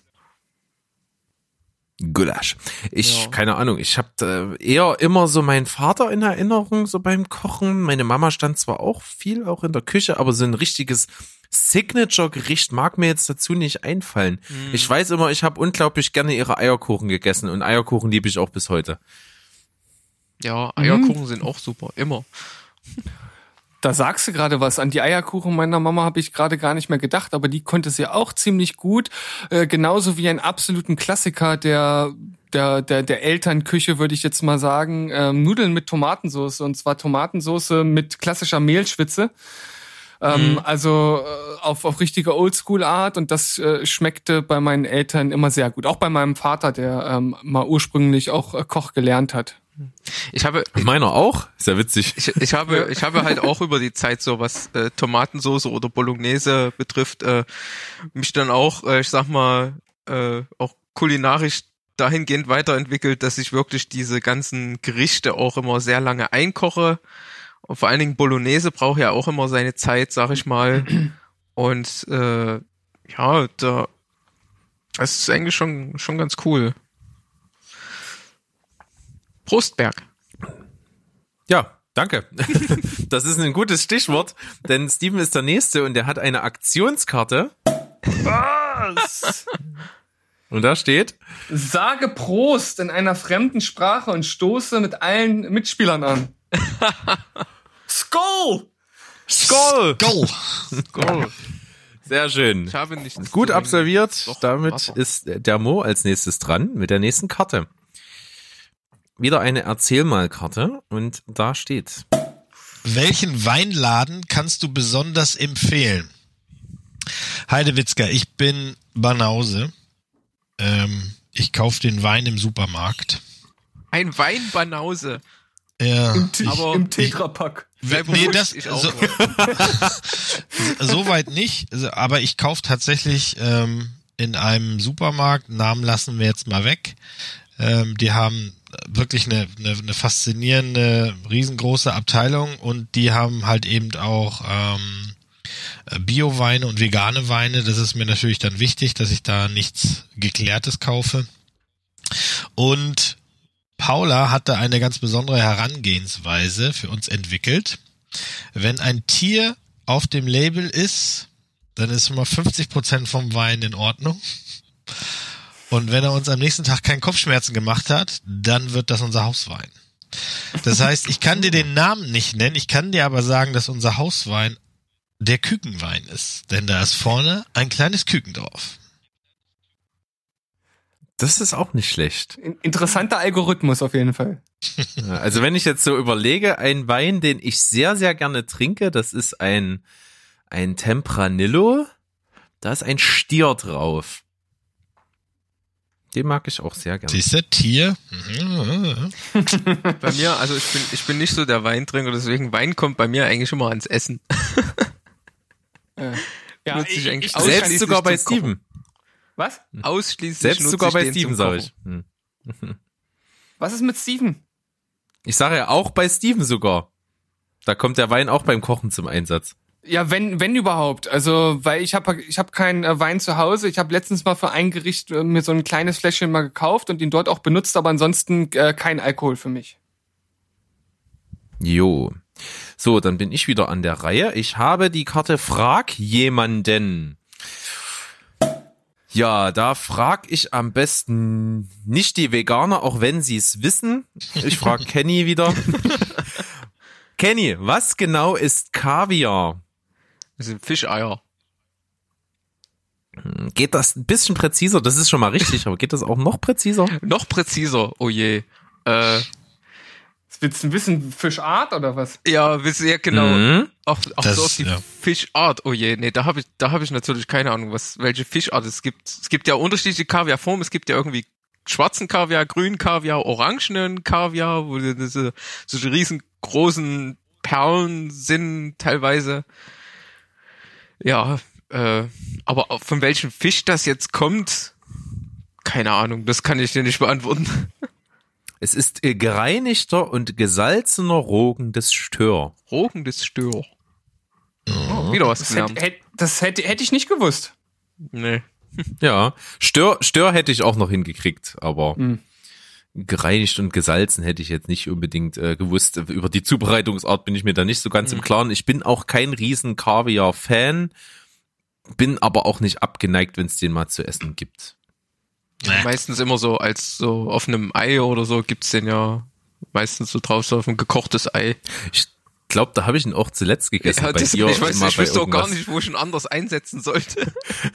Speaker 2: Gulasch. Keine Ahnung, ich habe eher immer so meinen Vater in Erinnerung, so beim Kochen. Meine Mama stand zwar auch viel, auch in der Küche, aber so ein richtiges Signature-Gericht mag mir jetzt dazu nicht einfallen. Ich weiß immer, ich habe unglaublich gerne ihre Eierkuchen gegessen und Eierkuchen liebe ich auch bis heute.
Speaker 1: Ja, Eierkuchen sind auch super, immer.
Speaker 5: Da sagst du gerade was. An die Eierkuchen meiner Mama habe ich gerade gar nicht mehr gedacht, aber die konnte sie auch ziemlich gut. Genauso wie einen absoluten Klassiker der Elternküche, würde ich jetzt mal sagen. Nudeln mit Tomatensauce, und zwar Tomatensauce mit klassischer Mehlschwitze. Also auf richtige Oldschool-Art, und das schmeckte bei meinen Eltern immer sehr gut. Auch bei meinem Vater, der mal ursprünglich auch Koch gelernt hat.
Speaker 2: Meiner auch? Ist ja witzig.
Speaker 1: Ich habe halt auch über die Zeit so, was Tomatensauce oder Bolognese betrifft, mich dann auch, ich sag mal, auch kulinarisch dahingehend weiterentwickelt, dass ich wirklich diese ganzen Gerichte auch immer sehr lange einkoche. Und vor allen Dingen Bolognese braucht ja auch immer seine Zeit, sag ich mal. Und das ist eigentlich schon ganz cool. Prost, Berg.
Speaker 2: Ja, danke. Das ist ein gutes Stichwort, denn Steven ist der Nächste und der hat eine Aktionskarte.
Speaker 5: Was?
Speaker 2: Und da steht:
Speaker 5: Sage Prost in einer fremden Sprache und stoße mit allen Mitspielern an. Skol!
Speaker 2: Skol!
Speaker 6: Go!
Speaker 2: Skol! Sehr schön.
Speaker 1: Ich habe nichts
Speaker 2: Gut
Speaker 1: zu
Speaker 2: absolviert.
Speaker 1: Doch,
Speaker 2: Damit
Speaker 1: Wasser.
Speaker 2: ist der Mo als nächstes dran mit der nächsten Karte. Wieder eine Erzähl-mal-Karte und da steht:
Speaker 6: Welchen Weinladen kannst du besonders empfehlen? Heidewitzka, ich bin Banause. Ich kaufe den Wein im Supermarkt.
Speaker 1: Ein Weinbanause.
Speaker 6: Ja,
Speaker 1: Aber
Speaker 5: Im Tetrapack.
Speaker 6: nee, das
Speaker 1: ich auch
Speaker 6: so, soweit nicht. Also, aber ich kaufe tatsächlich in einem Supermarkt, Namen lassen wir jetzt mal weg. Die haben wirklich eine faszinierende, riesengroße Abteilung, und die haben halt eben auch Bio-Weine und vegane Weine. Das ist mir natürlich dann wichtig, dass ich da nichts Geklärtes kaufe. Und Paula hatte eine ganz besondere Herangehensweise für uns entwickelt. Wenn ein Tier auf dem Label ist, dann ist schon mal 50% vom Wein in Ordnung. Und wenn er uns am nächsten Tag keinen Kopfschmerzen gemacht hat, dann wird das unser Hauswein. Das heißt, ich kann dir den Namen nicht nennen, ich kann dir aber sagen, dass unser Hauswein der Kükenwein ist. Denn da ist vorne ein kleines Küken drauf.
Speaker 2: Das ist auch nicht schlecht.
Speaker 5: Interessanter Algorithmus auf jeden Fall.
Speaker 2: Also wenn ich jetzt so überlege, ein Wein, den ich sehr, sehr gerne trinke, das ist ein Tempranillo. Da ist ein Stier drauf. Den mag ich auch sehr gerne.
Speaker 6: Siehst du, Tier?
Speaker 1: Bei mir, also ich bin nicht so der Weintrinker, deswegen Wein kommt bei mir eigentlich immer ans Essen.
Speaker 5: Ja,
Speaker 1: Nutze ich eigentlich
Speaker 2: Selbst
Speaker 1: ausschließlich
Speaker 2: sogar bei
Speaker 1: zum Kochen.
Speaker 2: Steven.
Speaker 5: Was?
Speaker 1: Ausschließlich
Speaker 2: Selbst
Speaker 1: nutze
Speaker 2: sogar
Speaker 1: ich
Speaker 2: bei
Speaker 1: den
Speaker 2: Steven,
Speaker 1: zum
Speaker 2: sage
Speaker 1: Kochen.
Speaker 2: ich.
Speaker 5: Was ist mit Steven?
Speaker 2: Ich sage ja auch bei Steven sogar. Da kommt der Wein auch beim Kochen zum Einsatz.
Speaker 5: Ja, wenn überhaupt. Also, weil ich hab keinen Wein zu Hause. Ich habe letztens mal für ein Gericht mir so ein kleines Fläschchen mal gekauft und ihn dort auch benutzt, aber ansonsten kein Alkohol für mich.
Speaker 2: Jo. So, dann bin ich wieder an der Reihe. Ich habe die Karte Frag jemanden. Ja, da frag ich am besten nicht die Veganer, auch wenn sie es wissen. Ich frage Kenny wieder. Kenny, was genau ist Kaviar?
Speaker 1: Das sind Fischeier.
Speaker 2: Geht das ein bisschen präziser? Das ist schon mal richtig, aber geht das auch noch präziser?
Speaker 1: Noch präziser, oh je.
Speaker 5: Willst du wissen, Fischart oder was?
Speaker 1: Ja, wisst ihr genau.
Speaker 2: Mhm.
Speaker 1: Auch
Speaker 6: Das,
Speaker 1: so auf die
Speaker 6: ja.
Speaker 1: Fischart. Oh je, nee, da hab ich natürlich keine Ahnung, welche Fischart es gibt. Es gibt ja unterschiedliche Kaviarformen. Es gibt ja irgendwie schwarzen Kaviar, grünen Kaviar, orangenen Kaviar, wo diese so riesengroßen Perlen sind teilweise. Ja, aber von welchem Fisch das jetzt kommt, keine Ahnung, das kann ich dir nicht beantworten.
Speaker 2: Es ist gereinigter und gesalzener Rogen des Stör.
Speaker 1: Rogen des Stör. Oh, wieder was gelernt.
Speaker 5: Das hätte ich nicht gewusst.
Speaker 1: Nee.
Speaker 2: Ja, Stör hätte ich auch noch hingekriegt, aber gereinigt und gesalzen hätte ich jetzt nicht unbedingt gewusst. Über die Zubereitungsart bin ich mir da nicht so ganz im Klaren. Ich bin auch kein riesen Kaviar-Fan, bin aber auch nicht abgeneigt, wenn es den mal zu essen gibt.
Speaker 1: Meistens immer so als so auf einem Ei oder so gibt's den ja meistens so drauf, so auf ein gekochtes Ei.
Speaker 2: Ich glaube, da habe ich ihn auch zuletzt gegessen.
Speaker 1: Ja,
Speaker 2: bei
Speaker 1: das,
Speaker 2: dir
Speaker 1: ich
Speaker 2: mal bei
Speaker 1: wüsste auch gar
Speaker 2: irgendwas.
Speaker 1: nicht, wo ich ihn anders einsetzen sollte.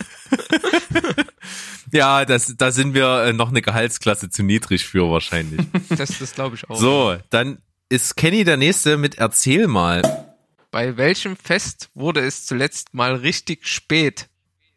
Speaker 2: Ja, da sind wir noch eine Gehaltsklasse zu niedrig für wahrscheinlich.
Speaker 1: Das glaube ich auch.
Speaker 2: So, dann ist Kenny der Nächste mit Erzähl mal.
Speaker 1: Bei welchem Fest wurde es zuletzt mal richtig spät?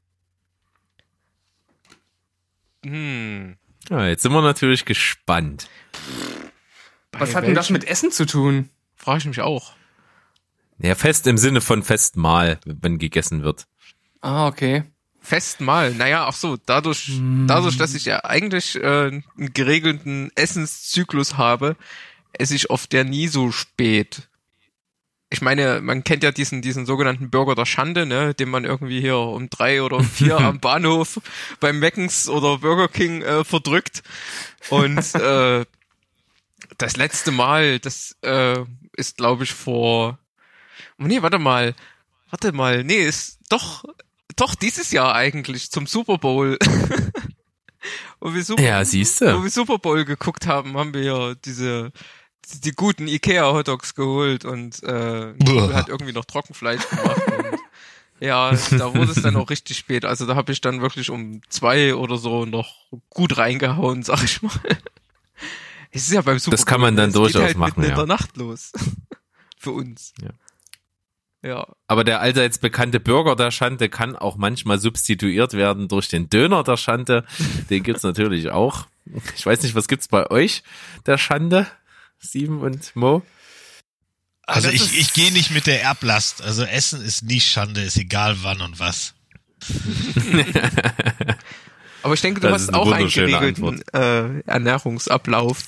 Speaker 2: Ja, jetzt sind wir natürlich gespannt.
Speaker 5: Was hat denn das mit Essen zu tun?
Speaker 1: Frage ich mich auch.
Speaker 2: Ja, Fest im Sinne von Festmahl, wenn gegessen wird.
Speaker 5: Ah, okay.
Speaker 1: Festmahl. Naja, ach so, dadurch, dass ich ja eigentlich einen geregelten Essenszyklus habe, esse ich oft ja nie so spät. Ich meine, man kennt ja diesen sogenannten Burger der Schande, ne, den man irgendwie hier um 3 oder um 4 am Bahnhof beim Mc's oder Burger King verdrückt. Und das letzte Mal, das ist, glaube ich, ist doch dieses Jahr eigentlich zum Super Bowl. Wo wir
Speaker 2: Ja, siehste.
Speaker 1: Wo wir Super Bowl geguckt haben, haben wir ja die guten Ikea Hotdogs geholt und hat irgendwie noch Trockenfleisch gemacht. Und, ja, da wurde es dann auch richtig spät. Also da habe ich dann wirklich um 2 oder so noch gut reingehauen, sag ich mal. Es ist ja beim Super Bowl.
Speaker 2: Das kann man dann
Speaker 1: es
Speaker 2: durchaus
Speaker 1: geht halt
Speaker 2: machen,
Speaker 1: mitten
Speaker 2: ja.
Speaker 1: in der Nacht los. Für uns. Ja.
Speaker 2: Aber der allseits bekannte Burger der Schande kann auch manchmal substituiert werden durch den Döner der Schande. Den gibt's natürlich auch. Ich weiß nicht, was gibt's bei euch der Schande, Steven und Mo?
Speaker 6: Also ich gehe nicht mit der Erblast. Also Essen ist nie Schande, ist egal wann und was.
Speaker 1: Aber ich denke, du
Speaker 2: Das ist
Speaker 1: hast
Speaker 2: eine
Speaker 1: auch einen
Speaker 2: wunderschöne
Speaker 1: geregelten Ernährungsablauf.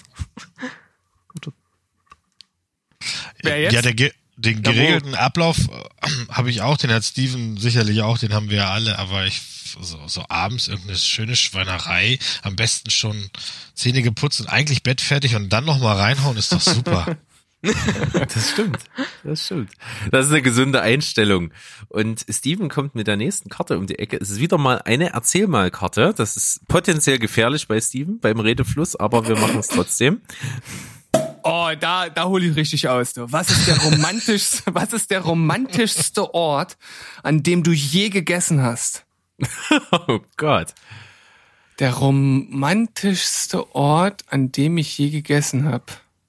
Speaker 5: Wer jetzt?
Speaker 6: Ja, den geregelten Ablauf habe ich auch, den hat Steven sicherlich auch, den haben wir ja alle, aber so abends irgendeine schöne Schweinerei, am besten schon Zähne geputzt und eigentlich Bett fertig und dann nochmal reinhauen, ist doch super.
Speaker 2: Das stimmt. Das ist eine gesunde Einstellung. Und Steven kommt mit der nächsten Karte um die Ecke. Es ist wieder mal eine Erzählmal-Karte. Das ist potenziell gefährlich bei Steven, beim Redefluss, aber wir machen es trotzdem.
Speaker 5: Oh, da hole ich richtig aus. Du. Was ist der romantischste Ort, an dem du je gegessen hast?
Speaker 2: Oh Gott.
Speaker 5: Der romantischste Ort, an dem ich je gegessen habe.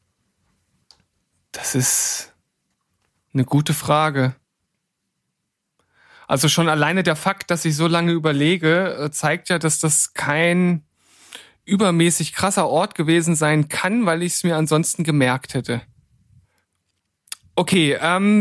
Speaker 5: Das ist eine gute Frage. Also schon alleine der Fakt, dass ich so lange überlege, zeigt ja, dass das kein übermäßig krasser Ort gewesen sein kann, weil ich es mir ansonsten gemerkt hätte. Okay,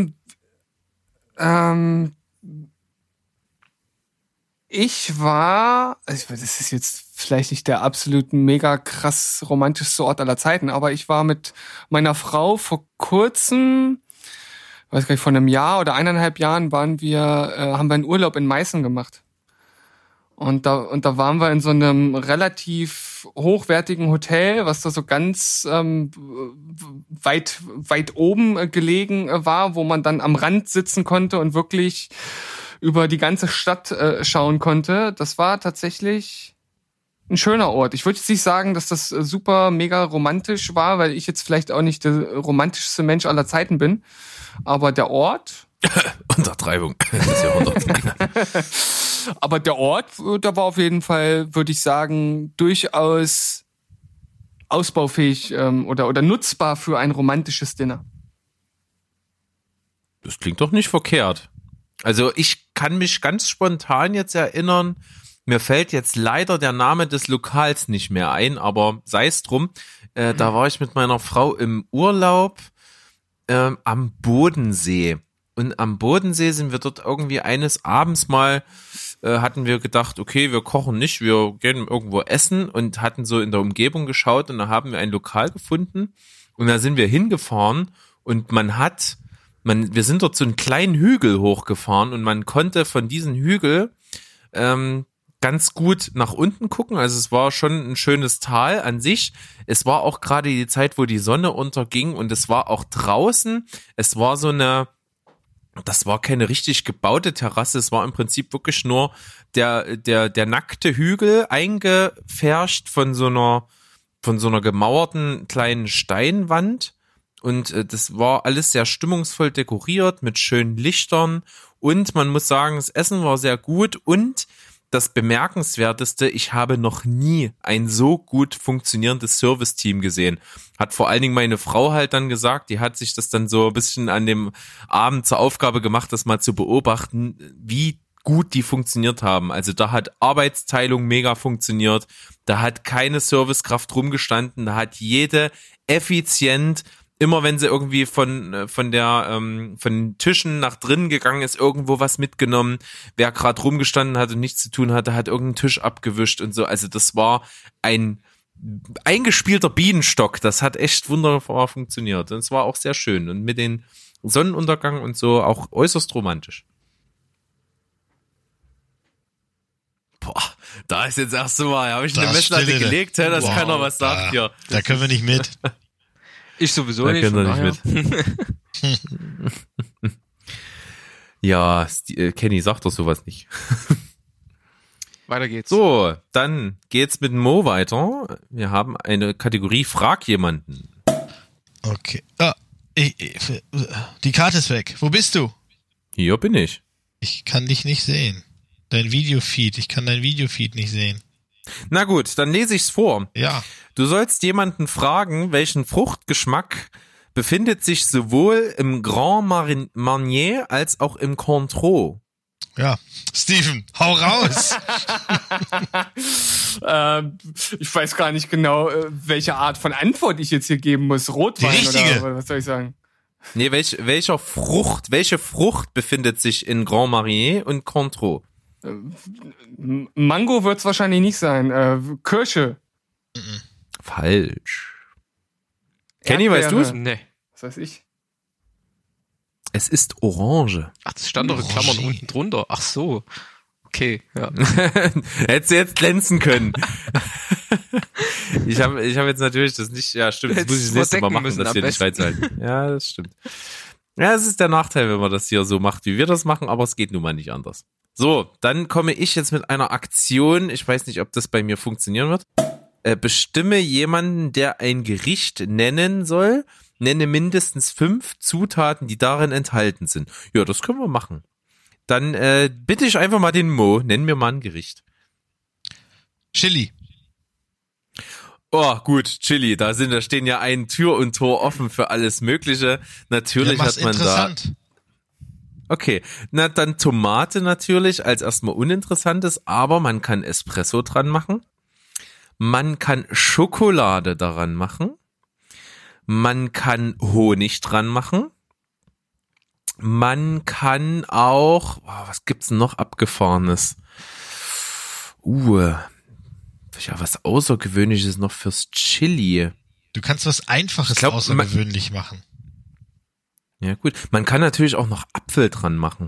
Speaker 5: ich war, also das ist jetzt vielleicht nicht der absolut mega krass romantischste Ort aller Zeiten, aber ich war mit meiner Frau vor kurzem, weiß gar nicht, vor einem Jahr oder 1,5 Jahren haben wir einen Urlaub in Meißen gemacht. Und da waren wir in so einem relativ hochwertigen Hotel, was da so ganz weit oben gelegen war, wo man dann am Rand sitzen konnte und wirklich über die ganze Stadt schauen konnte. Das war tatsächlich ein schöner Ort. Ich würde jetzt nicht sagen, dass das super mega romantisch war, weil ich jetzt vielleicht auch nicht der romantischste Mensch aller Zeiten bin. Aber der Ort...
Speaker 2: Untertreibung des Jahrhunderts.
Speaker 5: Aber der Ort, da war auf jeden Fall, würde ich sagen, durchaus ausbaufähig oder nutzbar für ein romantisches Dinner.
Speaker 2: Das klingt doch nicht verkehrt. Also ich kann mich ganz spontan jetzt erinnern, mir fällt jetzt leider der Name des Lokals nicht mehr ein, aber sei es drum, da war ich mit meiner Frau im Urlaub am Bodensee. Und am Bodensee sind wir dort irgendwie eines Abends mal, hatten wir gedacht, okay, wir kochen nicht, wir gehen irgendwo essen und hatten so in der Umgebung geschaut und da haben wir ein Lokal gefunden und da sind wir hingefahren und wir sind dort so einen kleinen Hügel hochgefahren und man konnte von diesem Hügel ganz gut nach unten gucken. Also es war schon ein schönes Tal an sich. Es war auch gerade die Zeit, wo die Sonne unterging und es war auch draußen. Es war das war keine richtig gebaute Terrasse. Es war im Prinzip wirklich nur der nackte Hügel eingefärscht von so einer gemauerten kleinen Steinwand. und das war alles sehr stimmungsvoll dekoriert mit schönen Lichtern und man muss sagen, das Essen war sehr gut und das Bemerkenswerteste, ich habe noch nie ein so gut funktionierendes Service-Team gesehen. Hat vor allen Dingen meine Frau halt dann gesagt, die hat sich das dann so ein bisschen an dem Abend zur Aufgabe gemacht, das mal zu beobachten, wie gut die funktioniert haben. Also da hat Arbeitsteilung mega funktioniert, da hat keine Servicekraft rumgestanden, da hat jede effizient, immer wenn sie irgendwie von den Tischen nach drinnen gegangen ist, irgendwo was mitgenommen. Wer gerade rumgestanden hat und nichts zu tun hatte, hat irgendeinen Tisch abgewischt und so. Also das war ein eingespielter Bienenstock. Das hat echt wunderbar funktioniert. Und es war auch sehr schön. Und mit den Sonnenuntergang und so auch äußerst romantisch. Boah, da ist jetzt das erste Mal, habe ich eine Messlatte gelegt, dass keiner was sagt hier.
Speaker 6: Da können wir nicht mit.
Speaker 1: Ich sowieso
Speaker 2: Da
Speaker 1: nicht.
Speaker 2: können wir nicht mit. Ja, Kenny sagt doch sowas nicht.
Speaker 1: Weiter geht's.
Speaker 2: So, dann geht's mit Mo weiter. Wir haben eine Kategorie Frag jemanden.
Speaker 6: Okay. Die Karte ist weg. Wo bist du?
Speaker 2: Hier bin ich.
Speaker 6: Ich kann dich nicht sehen. Ich kann dein Videofeed nicht sehen.
Speaker 2: Na gut, dann lese ich's vor.
Speaker 6: Ja.
Speaker 2: Du sollst jemanden fragen, welchen Fruchtgeschmack befindet sich sowohl im Grand Marnier als auch im Cointreau.
Speaker 6: Ja. Steven, hau raus!
Speaker 5: Ich weiß gar nicht genau, welche Art von Antwort ich jetzt hier geben muss. Rotwein
Speaker 6: Die richtige.
Speaker 5: oder was soll ich sagen?
Speaker 2: Nee, welche Frucht befindet sich in Grand Marnier und Cointreau?
Speaker 5: Mango wird's wahrscheinlich nicht sein. Kirsche.
Speaker 2: Falsch. Kenny, weißt du's?
Speaker 1: Nee.
Speaker 5: Was weiß ich?
Speaker 2: Es ist Orange.
Speaker 1: Ach, das stand doch in Klammern unten drunter. Ach so. Okay, ja.
Speaker 2: Hättest du jetzt glänzen können. Ich hab jetzt natürlich das nicht, ja stimmt, das muss ich das nächste Mal machen, das hier nicht reinzuhalten. Ja, das stimmt. Ja, es ist der Nachteil, wenn man das hier so macht, wie wir das machen, aber es geht nun mal nicht anders. So, dann komme ich jetzt mit einer Aktion, ich weiß nicht, ob das bei mir funktionieren wird. Bestimme jemanden, der ein Gericht nennen soll, nenne mindestens 5 Zutaten, die darin enthalten sind. Ja, das können wir machen. Dann bitte ich einfach mal den Mo, nenn mir mal ein Gericht.
Speaker 6: Chili.
Speaker 2: Oh, gut, Chili, da stehen ja ein Tür und Tor offen für alles Mögliche. Natürlich
Speaker 6: Ja,
Speaker 2: hat man
Speaker 6: interessant.
Speaker 2: da... Okay, na dann Tomate natürlich als erstmal Uninteressantes, aber man kann Espresso dran machen. Man kann Schokolade daran machen. Man kann Honig dran machen. Man kann auch, was gibt's denn noch Abgefahrenes? Ja, was Außergewöhnliches noch fürs Chili.
Speaker 6: Du kannst was Einfaches
Speaker 2: Ich glaub,
Speaker 6: außergewöhnlich machen.
Speaker 2: Ja gut, man kann natürlich auch noch Apfel dran machen.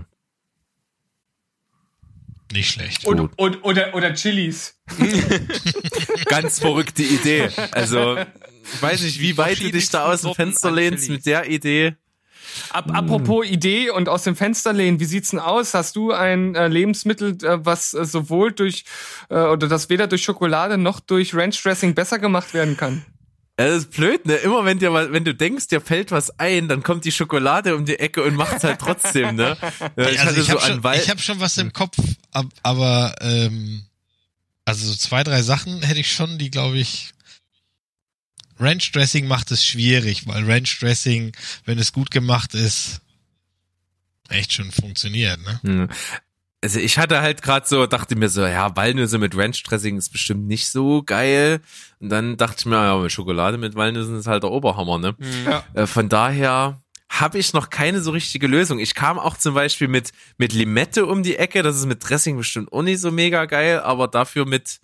Speaker 6: Nicht schlecht.
Speaker 5: Oder Chilis.
Speaker 2: Ganz verrückte Idee. Also, ich weiß nicht, wie weit du dich da aus dem Fenster lehnst mit der Idee.
Speaker 5: Apropos Idee und aus dem Fenster lehnen, wie sieht's denn aus? Hast du ein Lebensmittel, was sowohl durch oder das weder durch Schokolade noch durch Ranch Dressing besser gemacht werden kann?
Speaker 2: Das ist blöd, ne? Immer wenn du denkst, dir fällt was ein, dann kommt die Schokolade um die Ecke und macht's halt trotzdem, ne?
Speaker 6: Ich habe schon was im Kopf, aber also so 2, 3 Sachen hätte ich schon, die glaube ich. Ranch Dressing macht es schwierig, weil Ranch Dressing, wenn es gut gemacht ist, echt schon funktioniert, ne?
Speaker 2: Also ich hatte halt gerade so, dachte mir so, ja, Walnüsse mit Ranch Dressing ist bestimmt nicht so geil. Und dann dachte ich mir, ja, Schokolade mit Walnüssen ist halt der Oberhammer, ne?
Speaker 5: Ja.
Speaker 2: Von daher habe ich noch keine so richtige Lösung. Ich kam auch zum Beispiel mit Limette um die Ecke, das ist mit Dressing bestimmt auch nicht so mega geil, aber dafür mit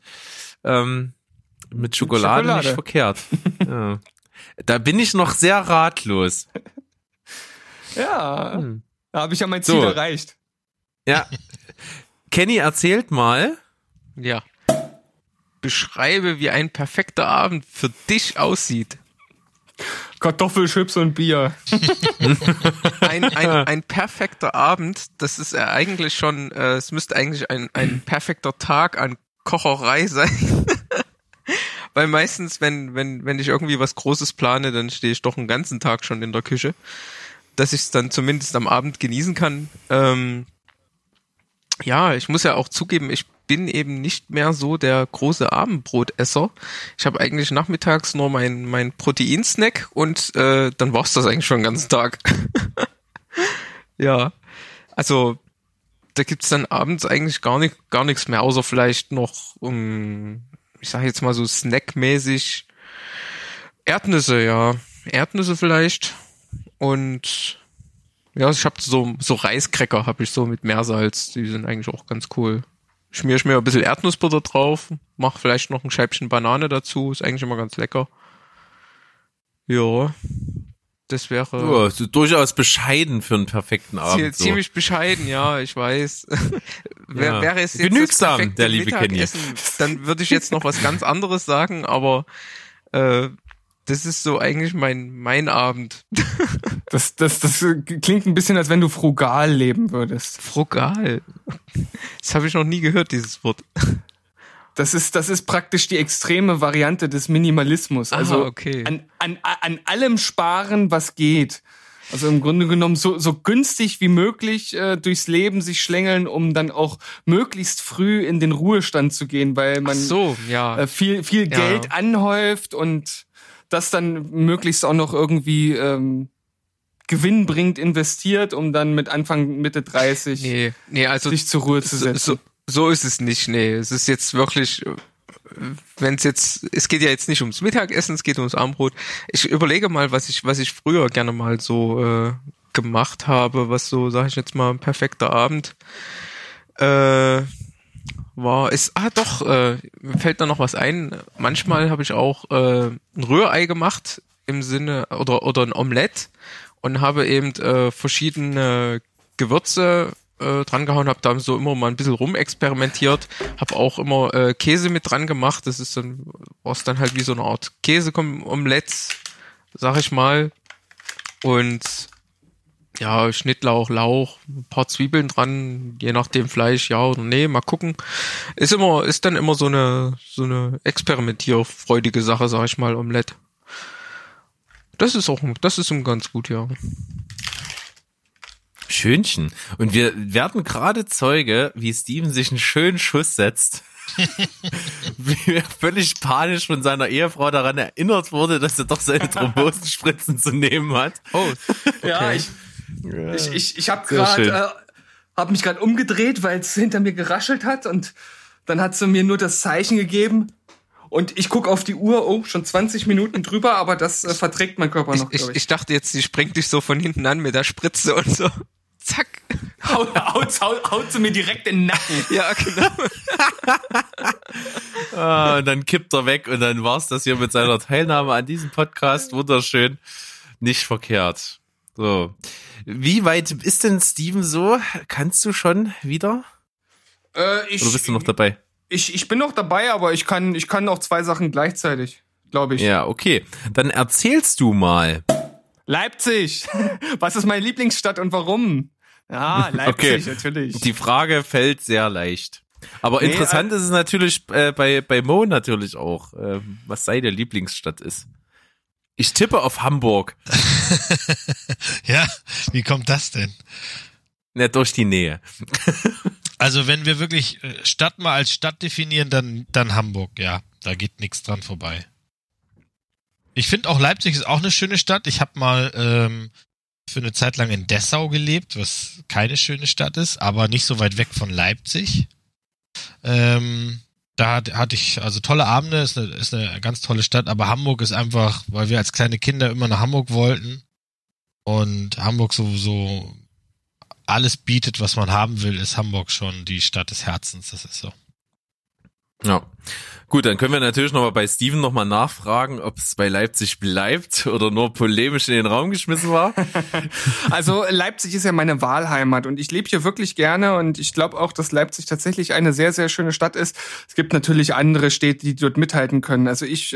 Speaker 2: Schokolade nicht verkehrt. Ja. Da bin ich noch sehr ratlos.
Speaker 5: Ja, da habe ich ja mein Ziel erreicht.
Speaker 2: Ja. Kenny, erzählt mal.
Speaker 1: Ja. Beschreibe, wie ein perfekter Abend für dich aussieht.
Speaker 5: Kartoffelchips und Bier.
Speaker 1: Ein perfekter Abend, das ist eigentlich schon, es müsste eigentlich ein perfekter Tag an Kocherei sein. weil meistens, wenn ich irgendwie was Großes plane, dann stehe ich doch einen ganzen Tag schon in der Küche, dass ich es dann zumindest am Abend genießen kann. Ja, ich muss ja auch zugeben, ich bin eben nicht mehr so der große Abendbrotesser. Ich habe eigentlich nachmittags nur mein Proteinsnack und dann war's das eigentlich schon den ganzen Tag. Ja, also da gibt's dann abends eigentlich gar nichts mehr, außer vielleicht noch, ich sage jetzt mal so snackmäßig Erdnüsse, ja. Erdnüsse vielleicht. Und ja, ich habe so Reiskräcker habe ich so mit Meersalz, die sind eigentlich auch ganz cool. Schmier ich mir ein bisschen Erdnussbutter drauf, mach vielleicht noch ein Scheibchen Banane dazu, ist eigentlich immer ganz lecker. Ja, das wäre...
Speaker 2: Ja, so durchaus bescheiden für einen perfekten Abend.
Speaker 1: Ziemlich bescheiden, ja, ich weiß.
Speaker 2: Ja.
Speaker 1: Wäre es jetzt
Speaker 2: Genügsam,
Speaker 1: das perfekte
Speaker 2: der liebe Kenny.
Speaker 1: Mittagessen, dann würde ich jetzt noch was ganz anderes sagen, aber das ist so eigentlich mein Abend.
Speaker 5: Das klingt ein bisschen, als wenn du frugal leben würdest.
Speaker 1: Frugal. Das habe ich noch nie gehört, dieses Wort.
Speaker 5: Das ist praktisch die extreme Variante des Minimalismus. Also
Speaker 1: okay.
Speaker 5: an allem sparen, was geht. Also im Grunde genommen so günstig wie möglich durchs Leben sich schlängeln, um dann auch möglichst früh in den Ruhestand zu gehen, weil man viel Geld anhäuft und das dann möglichst auch noch irgendwie gewinnbringend investiert, um dann mit Anfang, Mitte 30
Speaker 1: also
Speaker 5: sich zur Ruhe zu setzen.
Speaker 1: So ist es nicht, nee. Es ist jetzt wirklich, es geht ja jetzt nicht ums Mittagessen, es geht ums Abendbrot. Ich überlege mal, was ich früher gerne mal so gemacht habe, was so, sag ich jetzt mal, ein perfekter Abend war. Mir fällt da noch was ein. Manchmal habe ich auch ein Rührei gemacht im Sinne oder ein Omelett und habe eben verschiedene Gewürze dran gehauen, habe da so immer mal ein bisschen rumexperimentiert, habe auch immer Käse mit dran gemacht. Das ist dann, war's dann halt wie so eine Art Käse-Omelett, sag ich mal. Und ja, Schnittlauch, Lauch, ein paar Zwiebeln dran, je nachdem Fleisch, ja oder nee, mal gucken. Ist dann immer so eine experimentierfreudige Sache, sag ich mal, Omelett. Das ist ganz gut, ja.
Speaker 2: Schönchen. Und wir werden gerade Zeuge, wie Steven sich einen schönen Schuss setzt. Wie er völlig panisch von seiner Ehefrau daran erinnert wurde, dass er doch seine Thrombosenspritzen zu nehmen hat.
Speaker 1: Oh, okay.
Speaker 5: Ja, ich habe mich gerade umgedreht, weil es hinter mir geraschelt hat und dann hat sie mir nur das Zeichen gegeben und ich guck auf die Uhr, schon 20 Minuten drüber, aber das verträgt mein Körper noch, glaube ich.
Speaker 1: Ich dachte jetzt, sie springt dich so von hinten an mit der Spritze und so. Zack.
Speaker 5: Haut sie mir direkt in den Nacken.
Speaker 1: Ja, genau.
Speaker 2: Und dann kippt er weg und dann war's das hier mit seiner Teilnahme an diesem Podcast. Wunderschön. Nicht verkehrt. So. Wie weit ist denn Steven so? Kannst du schon wieder? Oder bist du noch dabei?
Speaker 5: Ich bin noch dabei, aber ich kann auch 2 Sachen gleichzeitig, glaube ich.
Speaker 2: Ja, okay. Dann erzählst du mal.
Speaker 5: Leipzig. Was ist meine Lieblingsstadt und warum? Ja, Leipzig, natürlich.
Speaker 2: Die Frage fällt sehr leicht. Aber interessant ist es natürlich bei Mo natürlich auch, was seine Lieblingsstadt ist. Ich tippe auf Hamburg.
Speaker 6: Ja, wie kommt das denn?
Speaker 2: Na, durch die Nähe.
Speaker 6: Also wenn wir wirklich Stadt mal als Stadt definieren, dann Hamburg, ja. Da geht nichts dran vorbei. Ich finde auch Leipzig ist auch eine schöne Stadt. Ich habe mal für eine Zeit lang in Dessau gelebt, was keine schöne Stadt ist, aber nicht so weit weg von Leipzig. Da hatte ich also tolle Abende, ist eine ganz tolle Stadt, aber Hamburg ist einfach, weil wir als kleine Kinder immer nach Hamburg wollten und Hamburg so alles bietet, was man haben will, ist Hamburg schon die Stadt des Herzens, das ist so.
Speaker 2: Ja. Gut, dann können wir natürlich nochmal bei Steven nochmal nachfragen, ob es bei Leipzig bleibt oder nur polemisch in den Raum geschmissen war.
Speaker 5: Also Leipzig ist ja meine Wahlheimat und ich lebe hier wirklich gerne und ich glaube auch, dass Leipzig tatsächlich eine sehr, sehr schöne Stadt ist. Es gibt natürlich andere Städte, die dort mithalten können. Also ich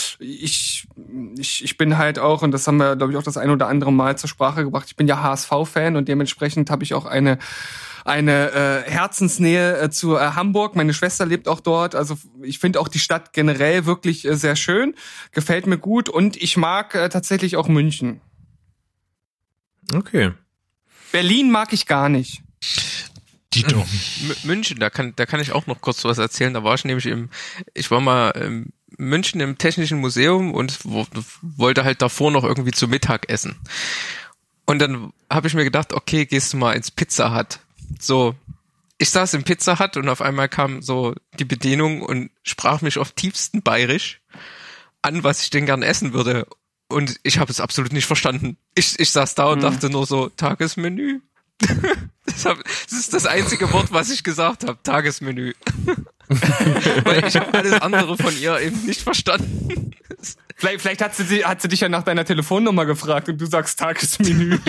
Speaker 5: bin halt auch, und das haben wir, glaube ich, auch das ein oder andere Mal zur Sprache gebracht, ich bin ja HSV-Fan und dementsprechend habe ich auch eine eine Herzensnähe zu Hamburg. Meine Schwester lebt auch dort. Also ich finde auch die Stadt generell wirklich sehr schön. Gefällt mir gut. Und ich mag tatsächlich auch München.
Speaker 2: Okay.
Speaker 5: Berlin mag ich gar nicht.
Speaker 6: Dito.
Speaker 1: München, da kann ich auch noch kurz was erzählen. Da war ich nämlich ich war mal in München im Technischen Museum und wollte halt davor noch irgendwie zu Mittag essen. Und dann habe ich mir gedacht, okay, gehst du mal ins Pizza Hut. So, ich saß im Pizza Hut und auf einmal kam so die Bedienung und sprach mich auf tiefsten Bayerisch an, was ich denn gern essen würde. Und ich habe es absolut nicht verstanden. Ich saß da und dachte nur so, Tagesmenü. Das ist das einzige Wort, was ich gesagt habe, Tagesmenü. Weil ich habe alles andere von ihr eben nicht verstanden.
Speaker 5: Vielleicht hat sie dich ja nach deiner Telefonnummer gefragt und du sagst Tagesmenü.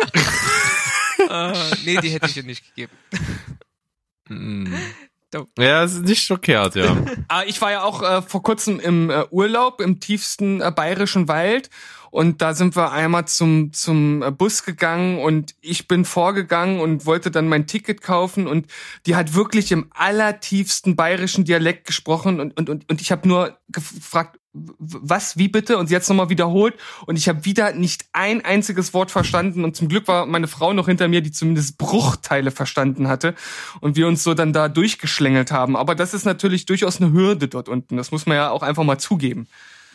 Speaker 1: Nee, die hätte ich ihr nicht gegeben.
Speaker 2: Ja, es ist nicht verkehrt, ja.
Speaker 5: Ich war ja auch vor kurzem im Urlaub im tiefsten bayerischen Wald und da sind wir einmal zum Bus gegangen und ich bin vorgegangen und wollte dann mein Ticket kaufen und die hat wirklich im allertiefsten bayerischen Dialekt gesprochen und ich habe nur gefragt, was, wie bitte? Und sie hat es nochmal wiederholt und ich habe wieder nicht ein einziges Wort verstanden und zum Glück war meine Frau noch hinter mir, die zumindest Bruchteile verstanden hatte und wir uns so dann da durchgeschlängelt haben. Aber das ist natürlich durchaus eine Hürde dort unten, das muss man ja auch einfach mal zugeben.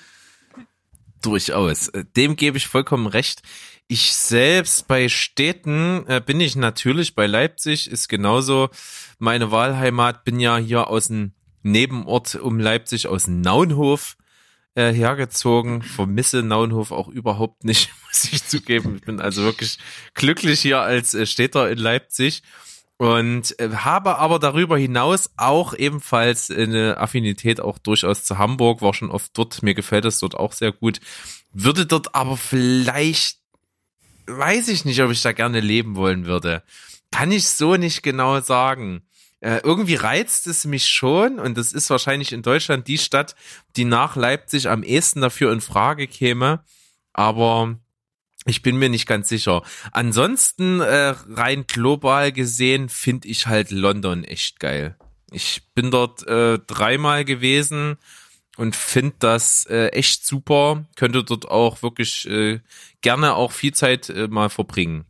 Speaker 2: Durchaus. Dem gebe ich vollkommen recht. Ich selbst bei Städten bin ich natürlich bei Leipzig, ist genauso meine Wahlheimat, bin ja hier aus dem Nebenort um Leipzig, aus Naunhof hergezogen, vermisse Naunhof auch überhaupt nicht, muss ich zugeben. Ich bin also wirklich glücklich hier als Städter in Leipzig und habe aber darüber hinaus auch ebenfalls eine Affinität auch durchaus zu Hamburg, war schon oft dort, mir gefällt es dort auch sehr gut, würde dort aber vielleicht, weiß ich nicht, ob ich da gerne leben wollen würde. Kann ich so nicht genau sagen. Irgendwie reizt es mich schon und das ist wahrscheinlich in Deutschland die Stadt, die nach Leipzig am ehesten dafür in Frage käme, aber ich bin mir nicht ganz sicher. Ansonsten rein global gesehen finde ich halt London echt geil. Ich bin dort 3-mal gewesen und finde das echt super, könnte dort auch wirklich gerne auch viel Zeit mal verbringen.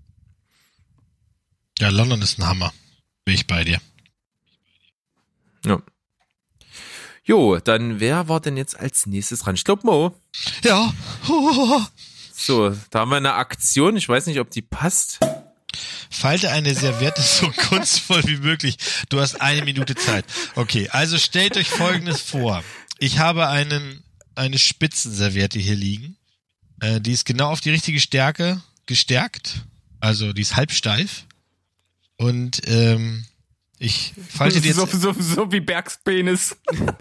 Speaker 6: Ja, London ist ein Hammer. Bin ich bei dir.
Speaker 2: Ja. Jo, dann wer war denn jetzt als nächstes dran? Ich glaube Mo.
Speaker 6: Ja.
Speaker 2: So, da haben wir eine Aktion. Ich weiß nicht, ob die passt.
Speaker 6: Falte eine Serviette so kunstvoll wie möglich. Du hast 1 Minute Zeit. Okay, also stellt euch Folgendes vor. Ich habe eine Spitzenserviette hier liegen. Die ist genau auf die richtige Stärke gestärkt. Also die ist halbsteif. Und ich falte dir jetzt...
Speaker 5: So wie Bergs Penis.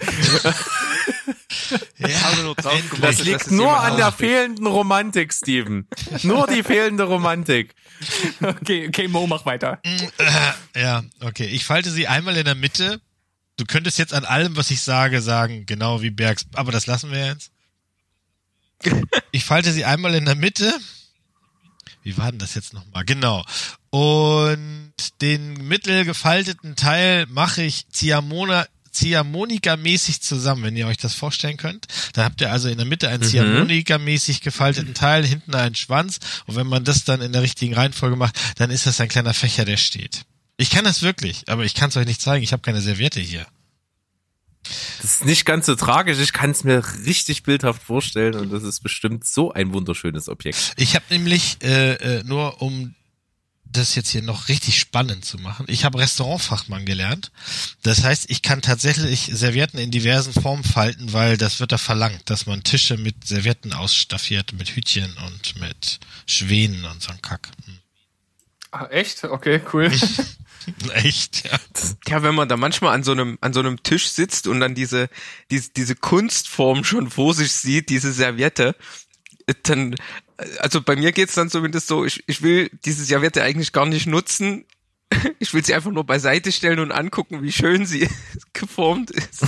Speaker 6: Ja,
Speaker 2: Das liegt nur an der fehlenden Romantik, Steven. Nur die fehlende Romantik.
Speaker 5: Okay, Mo, mach weiter.
Speaker 6: Ja, okay. Ich falte sie einmal in der Mitte. Du könntest jetzt an allem, was ich sage, sagen, genau wie Bergs, aber das lassen wir jetzt. Ich falte sie einmal in der Mitte. Wie war denn das jetzt nochmal? Genau. Und den mittelgefalteten Teil mache ich Ziehharmonika-mäßig zusammen, wenn ihr euch das vorstellen könnt. Dann habt ihr also in der Mitte einen Ziehharmonika-mäßig gefalteten Teil, hinten einen Schwanz. Und wenn man das dann in der richtigen Reihenfolge macht, dann ist das ein kleiner Fächer, der steht. Ich kann das wirklich, aber ich kann es euch nicht zeigen. Ich habe keine Serviette hier.
Speaker 2: Das ist nicht ganz so tragisch. Ich kann es mir richtig bildhaft vorstellen und das ist bestimmt so ein wunderschönes Objekt.
Speaker 6: Ich habe nämlich, nur um das jetzt hier noch richtig spannend zu machen, ich habe Restaurantfachmann gelernt. Das heißt, ich kann tatsächlich Servietten in diversen Formen falten, weil das wird da verlangt, dass man Tische mit Servietten ausstaffiert, mit Hütchen und mit Schwänen und so ein Kack.
Speaker 5: Ah, echt? Okay, cool.
Speaker 6: Echt, ja.
Speaker 1: Ja, wenn man da manchmal an so einem Tisch sitzt und dann diese Kunstform schon vor sich sieht, diese Serviette, dann, also bei mir geht's dann zumindest so, ich will diese Serviette eigentlich gar nicht nutzen. Ich will sie einfach nur beiseite stellen und angucken, wie schön sie geformt ist.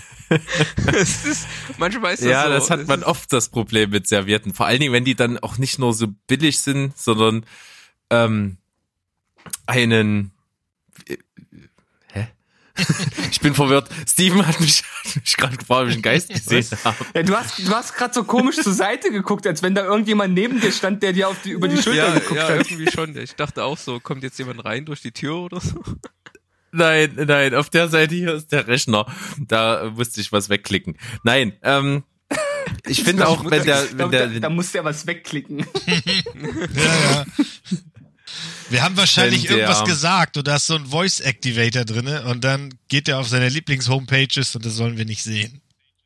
Speaker 1: Manchmal ist das
Speaker 2: ja,
Speaker 1: so.
Speaker 2: das hat man oft das Problem mit Servietten. Vor allen Dingen, wenn die dann auch nicht nur so billig sind, sondern einen Hä? Ich bin verwirrt. Steven hat mich gerade gefragt, ob ich einen Geist gesehen habe.
Speaker 5: Ja, du hast gerade so komisch zur Seite geguckt, als wenn da irgendjemand neben dir stand, der dir über die Schulter geguckt hat.
Speaker 1: Irgendwie schon. Ich dachte auch so, kommt jetzt jemand rein durch die Tür oder so?
Speaker 2: Nein, auf der Seite hier ist der Rechner. Da musste ich was wegklicken. Nein, ich finde auch,
Speaker 5: da musst du ja was wegklicken.
Speaker 6: Ja. Wir haben wahrscheinlich irgendwas gesagt und da ist so ein Voice-Activator drinne und dann geht er auf seine Lieblings-Homepages und das sollen wir nicht sehen.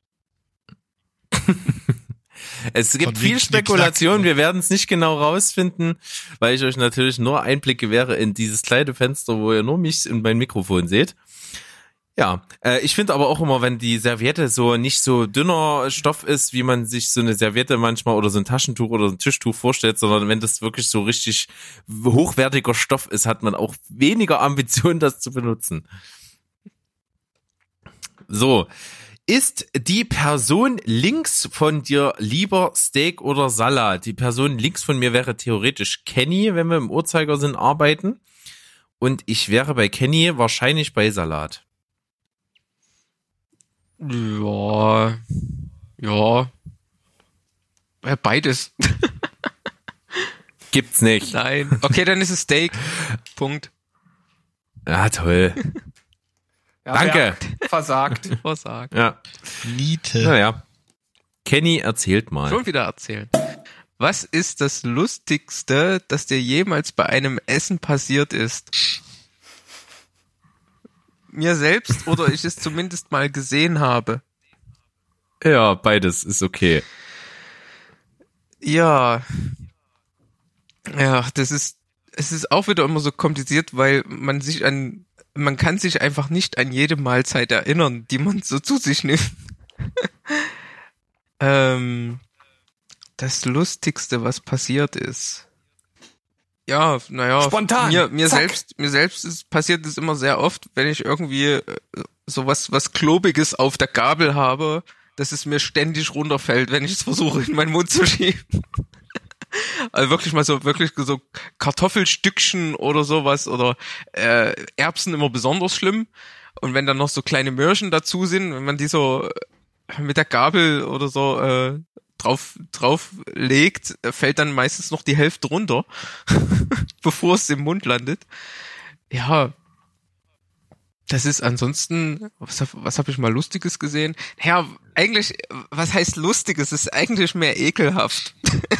Speaker 2: Es gibt viel Spekulation, wir werden es nicht genau rausfinden, weil ich euch natürlich nur Einblick gewähre in dieses kleine Fenster, wo ihr nur mich und mein Mikrofon seht. Ja, ich finde aber auch immer, wenn die Serviette so nicht so dünner Stoff ist, wie man sich so eine Serviette manchmal oder so ein Taschentuch oder so ein Tischtuch vorstellt, sondern wenn das wirklich so richtig hochwertiger Stoff ist, hat man auch weniger Ambition, das zu benutzen. So, ist die Person links von dir lieber Steak oder Salat? Die Person links von mir wäre theoretisch Kenny, wenn wir im Uhrzeigersinn arbeiten. Und ich wäre bei Kenny wahrscheinlich bei Salat.
Speaker 1: Ja. Beides.
Speaker 2: Gibt's nicht.
Speaker 1: Nein. Okay, dann ist es Steak. Punkt.
Speaker 2: Ja, toll.
Speaker 5: Ja,
Speaker 2: Danke.
Speaker 5: Versagt.
Speaker 1: Versagt.
Speaker 2: Ja.
Speaker 6: Niete.
Speaker 2: Naja. Kenny, erzählt mal.
Speaker 1: Schon wieder erzählen. Was ist das Lustigste, das dir jemals bei einem Essen passiert ist? Mir selbst oder ich es zumindest mal gesehen habe.
Speaker 2: Ja, beides ist okay.
Speaker 1: Ja, es ist auch wieder immer so kompliziert, weil man kann sich einfach nicht an jede Mahlzeit erinnern, die man so zu sich nimmt. Das Lustigste, was passiert ist. Ja, naja.
Speaker 5: Spontan.
Speaker 1: Mir selbst passiert es immer sehr oft, wenn ich irgendwie was Klobiges auf der Gabel habe, dass es mir ständig runterfällt, wenn ich es versuche in meinen Mund zu schieben. Also wirklich so Kartoffelstückchen oder sowas oder Erbsen immer besonders schlimm. Und wenn dann noch so kleine Möhrchen dazu sind, wenn man die so mit der Gabel oder so drauf legt, fällt dann meistens noch die Hälfte runter, bevor es im Mund landet. Ja, das ist ansonsten, was hab ich mal Lustiges gesehen? Ja, eigentlich, was heißt Lustiges? Es ist eigentlich mehr ekelhaft.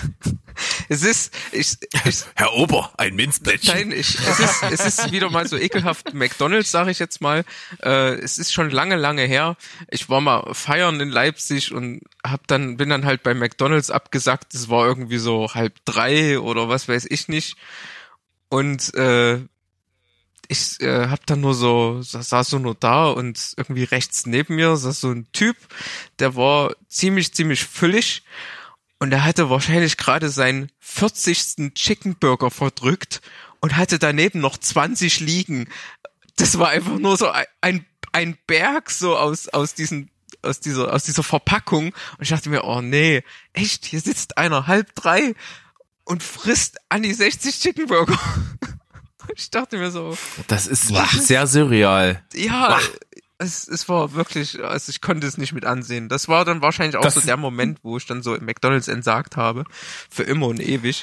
Speaker 2: Herr Ober, ein Minzblättchen.
Speaker 1: Nein, es ist wieder mal so ekelhaft. McDonald's, sage ich jetzt mal. Es ist schon lange her. Ich war mal feiern in Leipzig und bin dann halt bei McDonald's abgesackt. Es war irgendwie so 2:30 oder was weiß ich nicht. Und ich hab dann saß nur da und irgendwie rechts neben mir saß so ein Typ, der war ziemlich füllig. Und er hatte wahrscheinlich gerade seinen 40. Chicken Burger verdrückt und hatte daneben noch 20 liegen. Das war einfach nur so ein Berg so aus dieser Verpackung. Und ich dachte mir, oh nee, echt, hier sitzt einer 2:30 und frisst an die 60 Chicken Burger. Ich dachte mir so.
Speaker 2: Das ist sehr surreal.
Speaker 1: Ja. Es war wirklich, also ich konnte es nicht mit ansehen. Das war dann wahrscheinlich auch so der Moment, wo ich dann so im McDonald's entsagt habe. Für immer und ewig.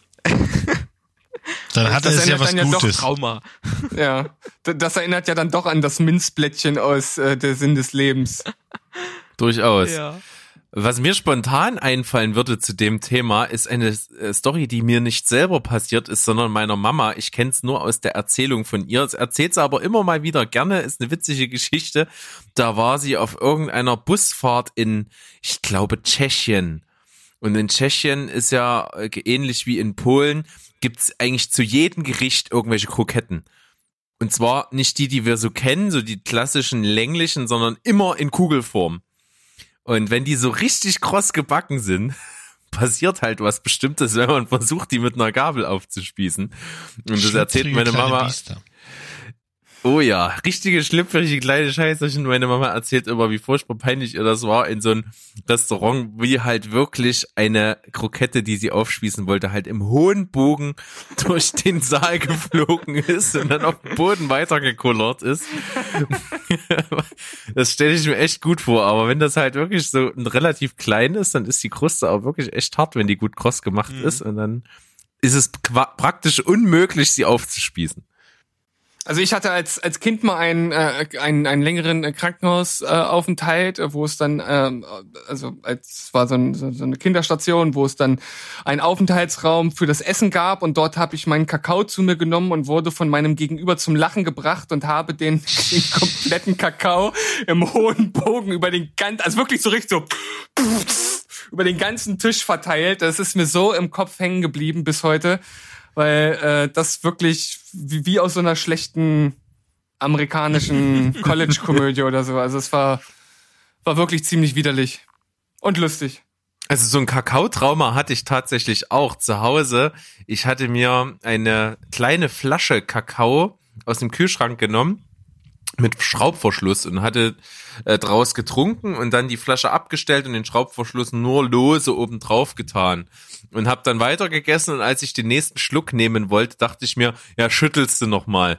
Speaker 6: Dann hat es ja was Gutes.
Speaker 1: Doch Trauma.
Speaker 5: Ja, das erinnert ja dann doch an das Minzblättchen aus Der Sinn des Lebens.
Speaker 2: Durchaus.
Speaker 1: Ja.
Speaker 2: Was mir spontan einfallen würde zu dem Thema, ist eine Story, die mir nicht selber passiert ist, sondern meiner Mama. Ich kenne es nur aus der Erzählung von ihr. Es erzählt sie aber immer mal wieder gerne, ist eine witzige Geschichte. Da war sie auf irgendeiner Busfahrt in, ich glaube, Tschechien. Und in Tschechien ist ja ähnlich wie in Polen, gibt's eigentlich zu jedem Gericht irgendwelche Kroketten. Und zwar nicht die wir so kennen, so die klassischen länglichen, sondern immer in Kugelform. Und wenn die so richtig kross gebacken sind, passiert halt was Bestimmtes, wenn man versucht, die mit einer Gabel aufzuspießen. Und das erzählt meine Mama. Oh ja, richtige schlüpfrige kleine Scheißerchen. Meine Mama erzählt immer, wie furchtbar peinlich ihr das war in so einem Restaurant, wie halt wirklich eine Krokette, die sie aufspießen wollte, halt im hohen Bogen durch den Saal geflogen ist und dann auf dem Boden weitergekullert ist. Das stelle ich mir echt gut vor, aber wenn das halt wirklich so ein relativ klein ist, dann ist die Kruste auch wirklich echt hart, wenn die gut kross gemacht ist und dann ist es praktisch unmöglich, sie aufzuspießen.
Speaker 5: Also ich hatte als Kind mal einen längeren Krankenhausaufenthalt, wo es dann, es war so eine Kinderstation, wo es dann einen Aufenthaltsraum für das Essen gab und dort habe ich meinen Kakao zu mir genommen und wurde von meinem Gegenüber zum Lachen gebracht und habe den kompletten Kakao im hohen Bogen über den ganzen, also wirklich so richtig so über den ganzen Tisch verteilt. Das ist mir so im Kopf hängen geblieben bis heute. Weil das wirklich wie aus so einer schlechten amerikanischen College-Komödie oder so. Also es war wirklich ziemlich widerlich und lustig.
Speaker 2: Also so ein Kakaotrauma hatte ich tatsächlich auch zu Hause. Ich hatte mir eine kleine Flasche Kakao aus dem Kühlschrank genommen mit Schraubverschluss und hatte draus getrunken und dann die Flasche abgestellt und den Schraubverschluss nur lose oben drauf getan und habe dann weiter gegessen und als ich den nächsten Schluck nehmen wollte, dachte ich mir, ja, schüttelst du noch mal.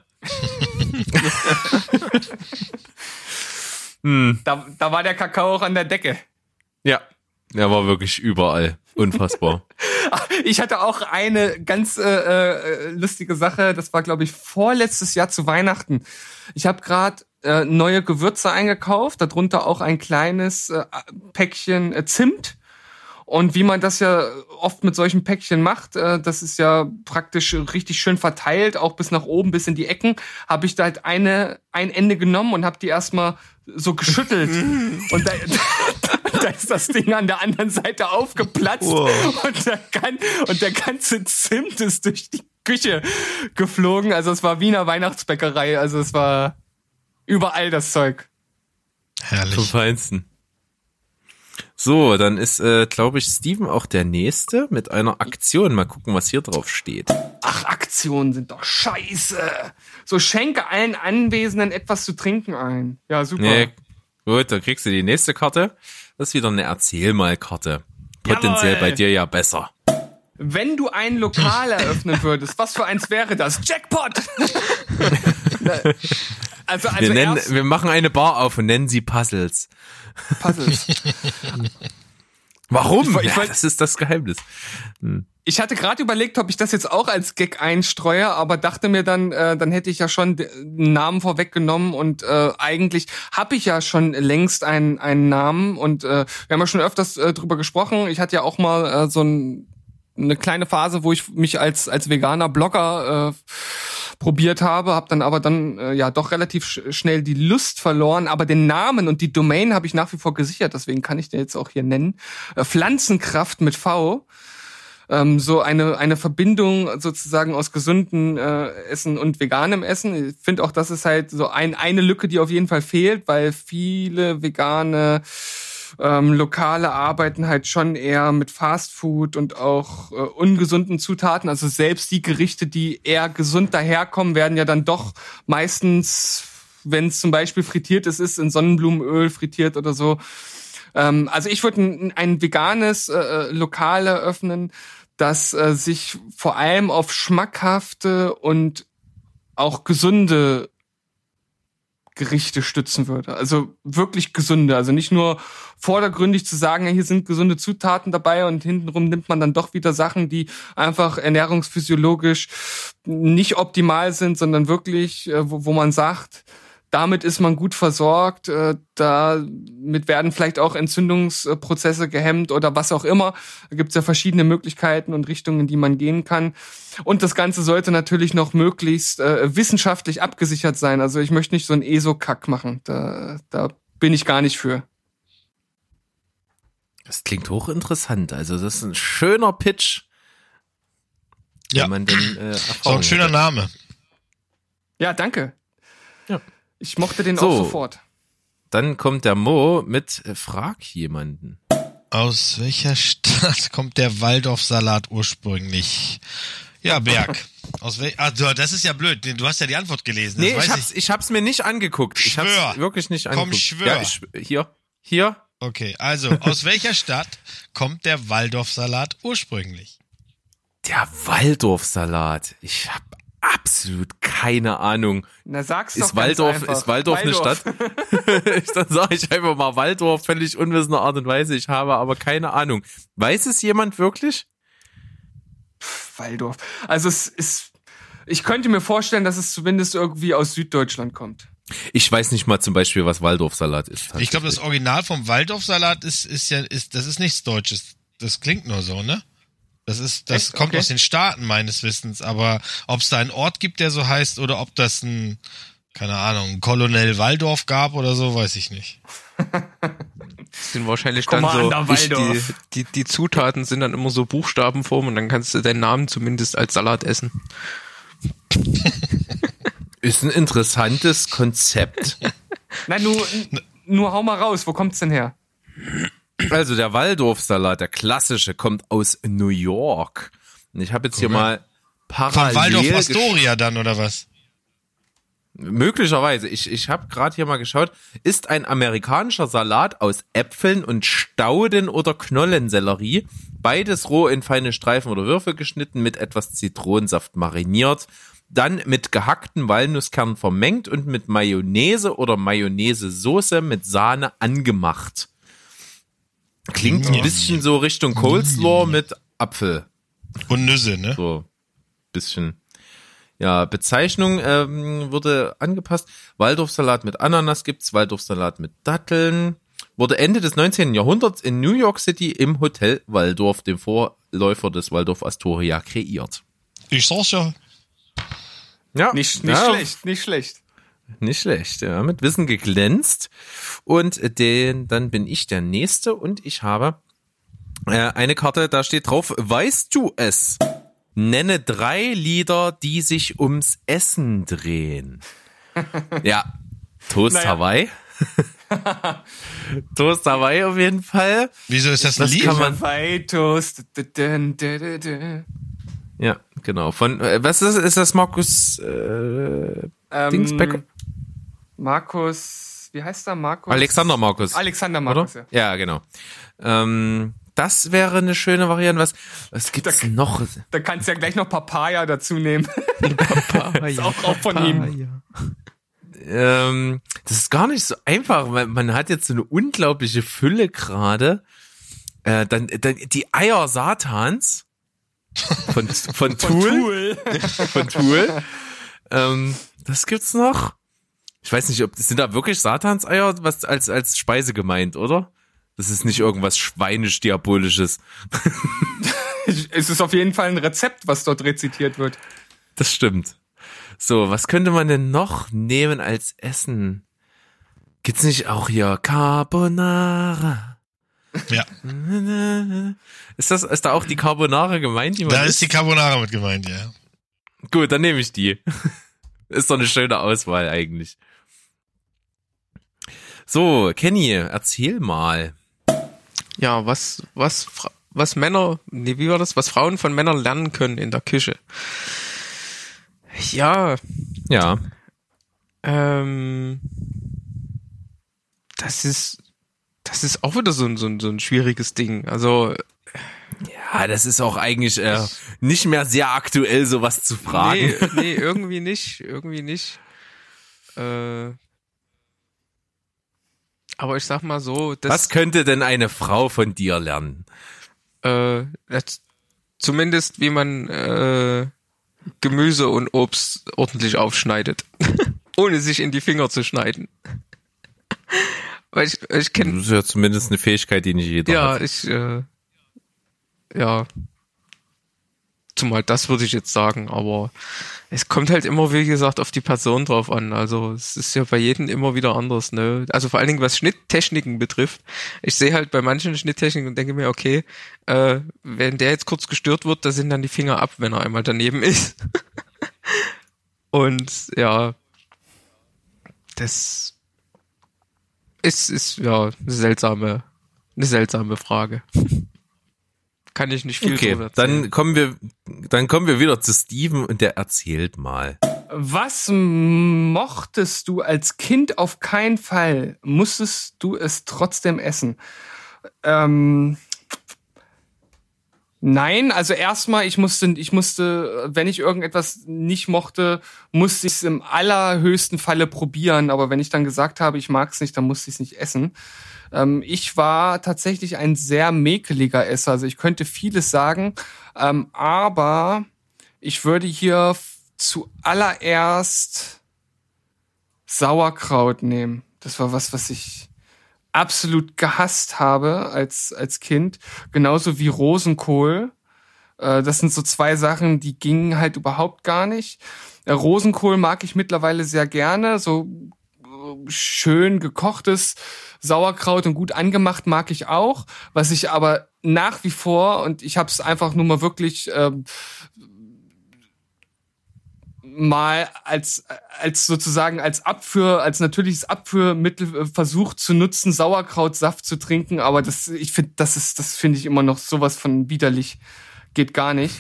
Speaker 5: Da war der Kakao auch an der Decke.
Speaker 2: Ja, er war wirklich überall. Unfassbar.
Speaker 5: Ich hatte auch eine ganz lustige Sache, das war, glaube ich, vorletztes Jahr zu Weihnachten. Ich habe gerade neue Gewürze eingekauft, darunter auch ein kleines Päckchen Zimt. Und wie man das ja oft mit solchen Päckchen macht, das ist ja praktisch richtig schön verteilt, auch bis nach oben, bis in die Ecken, habe ich da halt ein Ende genommen und habe die erstmal so geschüttelt. Und da ist das Ding an der anderen Seite aufgeplatzt. Wow. Und der ganze Zimt ist durch die Küche geflogen. Also es war Wiener Weihnachtsbäckerei. Also es war überall das Zeug.
Speaker 6: Herrlich.
Speaker 2: Zum Feinsten. So, dann ist, glaube ich, Steven auch der Nächste mit einer Aktion. Mal gucken, was hier drauf steht.
Speaker 5: Ach, Aktionen sind doch scheiße. So, schenke allen Anwesenden etwas zu trinken ein. Ja, super. Nee,
Speaker 2: gut, dann kriegst du die nächste Karte. Das ist wieder eine Erzähl-mal-Karte. Potenziell Jawohl. Bei dir ja besser.
Speaker 5: Wenn du ein Lokal eröffnen würdest, was für eins wäre das? Jackpot! Also
Speaker 2: wir machen eine Bar auf und nennen sie Puzzles.
Speaker 5: Puzzles.
Speaker 2: Warum? Das ist das Geheimnis.
Speaker 5: Ich hatte gerade überlegt, ob ich das jetzt auch als Gag einstreue, aber dachte mir dann hätte ich ja schon einen Namen vorweggenommen und eigentlich habe ich ja schon längst einen Namen und wir haben ja schon öfters drüber gesprochen. Ich hatte ja auch mal eine kleine Phase, wo ich mich als veganer Blogger probiert habe dann aber doch relativ schnell die Lust verloren, aber den Namen und die Domain habe ich nach wie vor gesichert, deswegen kann ich den jetzt auch hier nennen. Pflanzenkraft mit V. So eine Verbindung sozusagen aus gesunden Essen und veganem Essen. Ich finde auch, das ist halt so eine Lücke, die auf jeden Fall fehlt, weil viele vegane Lokale arbeiten halt schon eher mit Fastfood und auch ungesunden Zutaten. Also selbst die Gerichte, die eher gesund daherkommen, werden ja dann doch meistens, wenn es zum Beispiel frittiert ist, in Sonnenblumenöl frittiert oder so. Also ich würde ein veganes Lokal eröffnen, das sich vor allem auf schmackhafte und auch gesunde Gerichte stützen würde. Also wirklich gesunde. Also nicht nur vordergründig zu sagen, ja, hier sind gesunde Zutaten dabei und hintenrum nimmt man dann doch wieder Sachen, die einfach ernährungsphysiologisch nicht optimal sind, sondern wirklich, wo man sagt, damit ist man gut versorgt, damit werden vielleicht auch Entzündungsprozesse gehemmt oder was auch immer. Da gibt's ja verschiedene Möglichkeiten und Richtungen, in die man gehen kann. Und das Ganze sollte natürlich noch möglichst wissenschaftlich abgesichert sein. Also ich möchte nicht so einen ESO-Kack machen. Da bin ich gar nicht für.
Speaker 2: Das klingt hochinteressant. Also das ist ein schöner Pitch.
Speaker 6: Ja,
Speaker 2: wenn man den,
Speaker 6: so ein schöner Name.
Speaker 5: Ja, danke.
Speaker 2: Ja.
Speaker 5: Ich mochte den auch sofort.
Speaker 2: Dann kommt der Mo mit Frag jemanden.
Speaker 6: Aus welcher Stadt kommt der Waldorfsalat ursprünglich? Ja, Berg. Das ist ja blöd. Du hast ja die Antwort gelesen.
Speaker 2: Nee,
Speaker 6: das weiß
Speaker 2: ich hab's mir nicht angeguckt. Ich
Speaker 6: Schwör.
Speaker 2: hab's wirklich nicht angeguckt.
Speaker 6: Komm, schwör.
Speaker 2: Ja, hier.
Speaker 6: Okay, also, aus welcher Stadt kommt der Waldorfsalat ursprünglich?
Speaker 2: Der Waldorfsalat. Ich habe absolut keine Ahnung.
Speaker 5: Na, sag's doch
Speaker 2: Ist Waldorf eine Stadt? Dann sage ich einfach mal Waldorf, völlig unwissender Art und Weise. Ich habe aber keine Ahnung. Weiß es jemand wirklich?
Speaker 5: Waldorf. Also ich könnte mir vorstellen, dass es zumindest irgendwie aus Süddeutschland kommt.
Speaker 2: Ich weiß nicht mal zum Beispiel, was Waldorfsalat ist.
Speaker 6: Ich glaube, das Original vom Waldorfsalat das ist nichts Deutsches. Das klingt nur so, ne? Das kommt aus den Staaten meines Wissens, aber ob es da einen Ort gibt, der so heißt, oder ob das ein Colonel Waldorf gab oder so, weiß ich nicht.
Speaker 1: Das sind wahrscheinlich dann die Zutaten sind dann immer so Buchstabenform und dann kannst du deinen Namen zumindest als Salat essen.
Speaker 2: Ist ein interessantes Konzept.
Speaker 5: Nein, nur hau mal raus, wo kommt's denn her?
Speaker 2: Also der Waldorfsalat, der klassische, kommt aus New York. Und ich habe jetzt hier mal parallel...
Speaker 6: Von Waldorf Astoria dann, oder was?
Speaker 2: Möglicherweise. Ich habe gerade hier mal geschaut. Ist ein amerikanischer Salat aus Äpfeln und Stauden oder Knollensellerie. Beides roh in feine Streifen oder Würfel geschnitten, mit etwas Zitronensaft mariniert. Dann mit gehackten Walnusskernen vermengt und mit Mayonnaise oder Mayonnaise-Soße mit Sahne angemacht. Klingt ein bisschen so Richtung Coleslaw mit Apfel.
Speaker 6: Und Nüsse, ne?
Speaker 2: So, bisschen. Ja, Bezeichnung wurde angepasst. Waldorfsalat mit Ananas gibt's, Waldorfsalat mit Datteln. Wurde Ende des 19. Jahrhunderts in New York City im Hotel Waldorf, dem Vorläufer des Waldorf Astoria, kreiert.
Speaker 6: Ich sag's ja.
Speaker 2: Ja,
Speaker 5: Nicht schlecht.
Speaker 2: Nicht schlecht, ja, mit Wissen geglänzt. Und dann bin ich der Nächste und ich habe eine Karte, da steht drauf, weißt du es? Nenne 3 Lieder, die sich ums Essen drehen. Ja, Toast Hawaii. Toast Hawaii auf jeden Fall.
Speaker 6: Wieso ist das ein Lied?
Speaker 5: Hawaii Toast.
Speaker 2: Ja, genau. Von was ist das Markus Dingsbecker?
Speaker 5: Markus, wie heißt er? Markus?
Speaker 2: Alexander Markus,
Speaker 5: oder?
Speaker 2: Ja, genau. Das wäre eine schöne Variante. Was gibt's noch?
Speaker 5: Da kannst du ja gleich noch Papaya dazu nehmen. Papaya. Ist auch von ihm.
Speaker 2: Das ist gar nicht so einfach, weil man hat jetzt so eine unglaubliche Fülle gerade. Dann die Eier Satans von Tool. Von Tool. Das gibt's noch. Ich weiß nicht, sind da wirklich Satanseier was als Speise gemeint, oder? Das ist nicht irgendwas Schweinisch-Diabolisches.
Speaker 5: Es ist auf jeden Fall ein Rezept, was dort rezitiert wird.
Speaker 2: Das stimmt. So, was könnte man denn noch nehmen als Essen? Gibt's nicht auch hier Carbonara?
Speaker 6: Ja.
Speaker 2: Ist da auch die Carbonara gemeint?
Speaker 6: Da ist die Carbonara mit gemeint, ja.
Speaker 2: Gut, dann nehme ich die. Ist doch eine schöne Auswahl eigentlich. So, Kenny, erzähl mal.
Speaker 1: Ja, was Männer, nee, wie war das? Was Frauen von Männern lernen können in der Küche. Ja.
Speaker 2: Ja.
Speaker 1: Das ist auch wieder so ein schwieriges Ding. Also
Speaker 2: ja, das ist auch eigentlich nicht mehr sehr aktuell, sowas zu fragen.
Speaker 1: Nee, irgendwie nicht. Aber ich sag mal so,
Speaker 2: was könnte denn eine Frau von dir lernen?
Speaker 1: Zumindest wie man Gemüse und Obst ordentlich aufschneidet, ohne sich in die Finger zu schneiden. Weil ich kenne.
Speaker 2: Das ist ja zumindest eine Fähigkeit, die nicht jeder hat.
Speaker 1: Ja, zumal das würde ich jetzt sagen, aber es kommt halt immer, wie gesagt, auf die Person drauf an. Also es ist ja bei jedem immer wieder anders, ne? Also vor allen Dingen, was Schnitttechniken betrifft. Ich sehe halt bei manchen Schnitttechniken und denke mir, okay, wenn der jetzt kurz gestört wird, da sind dann die Finger ab, wenn er einmal daneben ist. Und ja, das ist ja eine seltsame Frage. kann ich nicht viel
Speaker 2: Okay,
Speaker 1: drüber erzählen.
Speaker 2: dann kommen wir wieder zu Steven und der erzählt mal.
Speaker 5: Was mochtest du als Kind auf keinen Fall? Musstest du es trotzdem essen? Nein, also erstmal, ich musste, wenn ich irgendetwas nicht mochte, musste ich es im allerhöchsten Falle probieren. Aber wenn ich dann gesagt habe, ich mag es nicht, dann musste ich es nicht essen. Ich war tatsächlich ein sehr mäkeliger Esser. Also ich könnte vieles sagen, aber ich würde hier zuallererst Sauerkraut nehmen. Das war was ich absolut gehasst habe als Kind. Genauso wie Rosenkohl. Das sind so zwei Sachen, die gingen halt überhaupt gar nicht. Rosenkohl mag ich mittlerweile sehr gerne. So schön gekochtes Sauerkraut und gut angemacht mag ich auch. Was ich aber nach wie vor, und ich habe es einfach nur mal wirklich mal als sozusagen als natürliches Abführmittel versucht zu nutzen, Sauerkrautsaft zu trinken, aber das finde ich immer noch sowas von widerlich, geht gar nicht.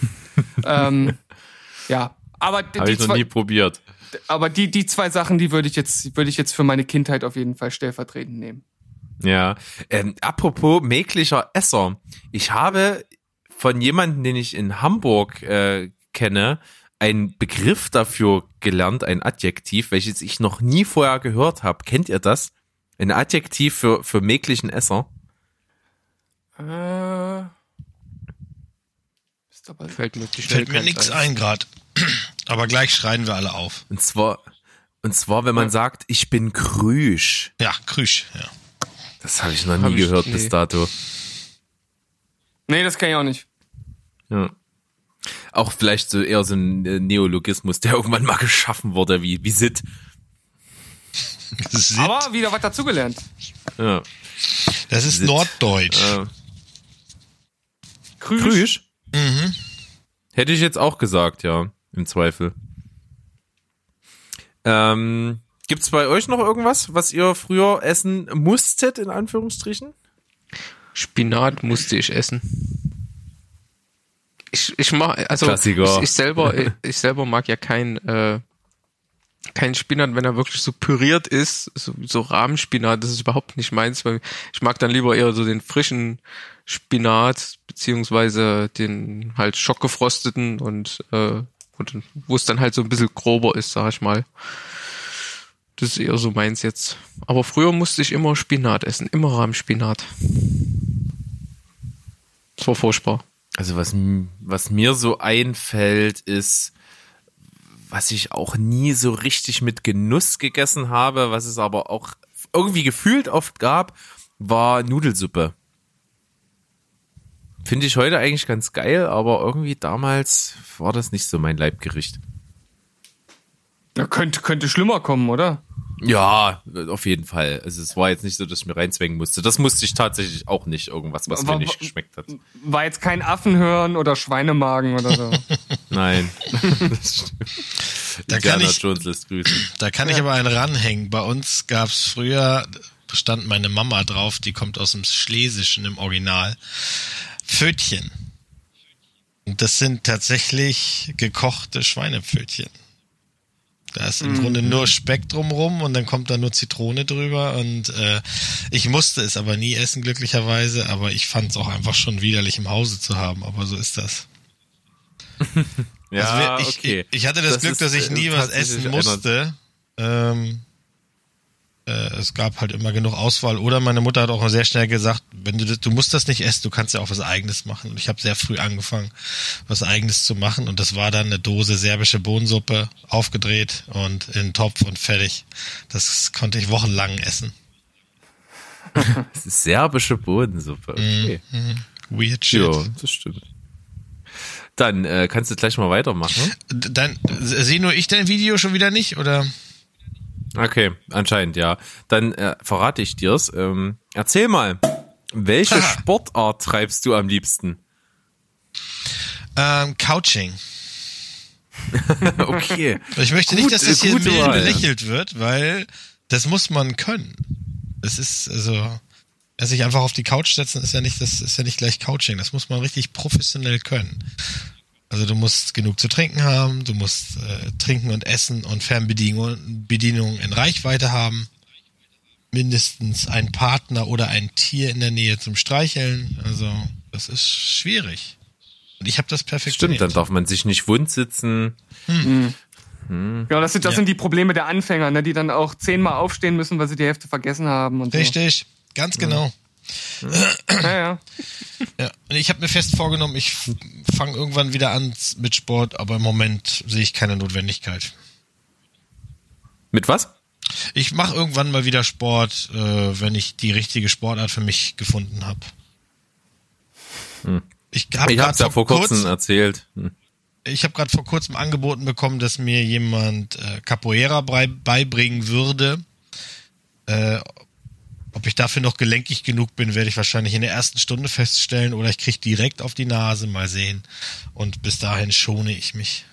Speaker 5: Ja, aber
Speaker 2: Habe ich noch nie probiert.
Speaker 5: Aber die zwei Sachen, die würde ich jetzt für meine Kindheit auf jeden Fall stellvertretend nehmen.
Speaker 2: Ja, apropos mäklicher Esser. Ich habe von jemandem, den ich in Hamburg kenne, einen Begriff dafür gelernt, ein Adjektiv, welches ich noch nie vorher gehört habe. Kennt ihr das? Ein Adjektiv für mäklichen Esser?
Speaker 1: Fällt mir
Speaker 6: nichts ein gerade. Aber gleich schreien wir alle auf.
Speaker 2: Und zwar, wenn man sagt, ich bin Krüsch.
Speaker 6: Ja, Krüsch, ja.
Speaker 2: Das habe ich noch nie gehört bis dato.
Speaker 5: Nee, das kann ich auch nicht.
Speaker 2: Ja. Auch vielleicht so eher so ein Neologismus, der irgendwann mal geschaffen wurde, wie Sitt.
Speaker 5: Aber wieder was dazugelernt.
Speaker 2: Ja.
Speaker 6: Das ist Sitt. Norddeutsch.
Speaker 2: Krüsch?
Speaker 6: Mhm.
Speaker 2: Hätte ich jetzt auch gesagt, ja, im Zweifel. Gibt's bei euch noch irgendwas, was ihr früher essen musstet, in Anführungsstrichen?
Speaker 1: Spinat musste ich essen. Ich mag, also
Speaker 2: Klassiker.
Speaker 1: ich selber mag ja kein Spinat, wenn er wirklich so püriert ist, so Rahmspinat, das ist überhaupt nicht meins, weil ich mag dann lieber eher so den frischen Spinat, beziehungsweise den halt schockgefrosteten und wo es dann halt so ein bisschen grober ist, sag ich mal. Das ist eher so meins jetzt. Aber früher musste ich immer Spinat essen, immer Rahmspinat. Das war furchtbar.
Speaker 2: Also was mir so einfällt, ist, was ich auch nie so richtig mit Genuss gegessen habe, was es aber auch irgendwie gefühlt oft gab, war Nudelsuppe. Finde ich heute eigentlich ganz geil, aber irgendwie damals war das nicht so mein Leibgericht.
Speaker 5: Ja, könnte schlimmer kommen, oder?
Speaker 2: Ja, auf jeden Fall. Also es war jetzt nicht so, dass ich mir reinzwängen musste. Das musste ich tatsächlich auch nicht, irgendwas, was mir nicht geschmeckt hat.
Speaker 5: War jetzt kein Affenhirn oder Schweinemagen oder so.
Speaker 2: Nein. Das stimmt.
Speaker 6: Da kann ich aber einen ranhängen. Bei uns gab's früher, da stand meine Mama drauf, die kommt aus dem Schlesischen im Original, Pfötchen. Und das sind tatsächlich gekochte Schweinepfötchen. Da ist im Grunde nur Speck drumrum und dann kommt da nur Zitrone drüber und ich musste es aber nie essen, glücklicherweise, aber ich fand es auch einfach schon widerlich im Hause zu haben, aber so ist das.
Speaker 2: Ja,
Speaker 6: also
Speaker 2: okay.
Speaker 6: Ich hatte das Glück, dass ich nie was essen musste. Es gab halt immer genug Auswahl. Oder meine Mutter hat auch sehr schnell gesagt, wenn du musst das nicht essen, du kannst ja auch was Eigenes machen. Und ich habe sehr früh angefangen, was Eigenes zu machen. Und das war dann eine Dose serbische Bohnensuppe, aufgedreht und in den Topf und fertig. Das konnte ich wochenlang essen.
Speaker 2: Das ist serbische Bohnensuppe, okay.
Speaker 6: Weird shit.
Speaker 2: Ja, das stimmt. Dann kannst du gleich mal weitermachen.
Speaker 6: Dann sehe nur ich dein Video schon wieder nicht, oder?
Speaker 2: Okay, anscheinend, ja. Dann verrate ich dir's. Erzähl mal, welche Sportart treibst du am liebsten?
Speaker 6: Couching.
Speaker 2: Okay.
Speaker 6: Ich möchte nicht, dass das hier
Speaker 2: gute
Speaker 6: mild
Speaker 2: Wahl,
Speaker 6: belächelt wird, weil das muss man können. Es ist, also, sich einfach auf die Couch setzen ist ja nicht gleich Couching. Das muss man richtig professionell können. Also du musst genug zu trinken haben, du musst trinken und essen und Fernbedienung in Reichweite haben. Mindestens ein Partner oder ein Tier in der Nähe zum Streicheln. Also das ist schwierig. Und ich habe das perfektioniert.
Speaker 2: Stimmt, dann darf man sich nicht wund sitzen.
Speaker 5: Ja, das sind die Probleme der Anfänger, ne, die dann auch 10-mal aufstehen müssen, weil sie die Hälfte vergessen haben. Und
Speaker 6: Richtig, ganz genau.
Speaker 5: Ja.
Speaker 6: Ja, und ich habe mir fest vorgenommen, ich fange irgendwann wieder an mit Sport, aber im Moment sehe ich keine Notwendigkeit.
Speaker 2: Mit was?
Speaker 6: Ich mache irgendwann mal wieder Sport, wenn ich die richtige Sportart für mich gefunden habe. Ich habe
Speaker 2: es ja vor kurzem erzählt.
Speaker 6: Ich habe gerade vor kurzem angeboten bekommen, dass mir jemand Capoeira beibringen würde. Ob ich dafür noch gelenkig genug bin, werde ich wahrscheinlich in der ersten Stunde feststellen oder ich kriege direkt auf die Nase, mal sehen. Und bis dahin schone ich mich.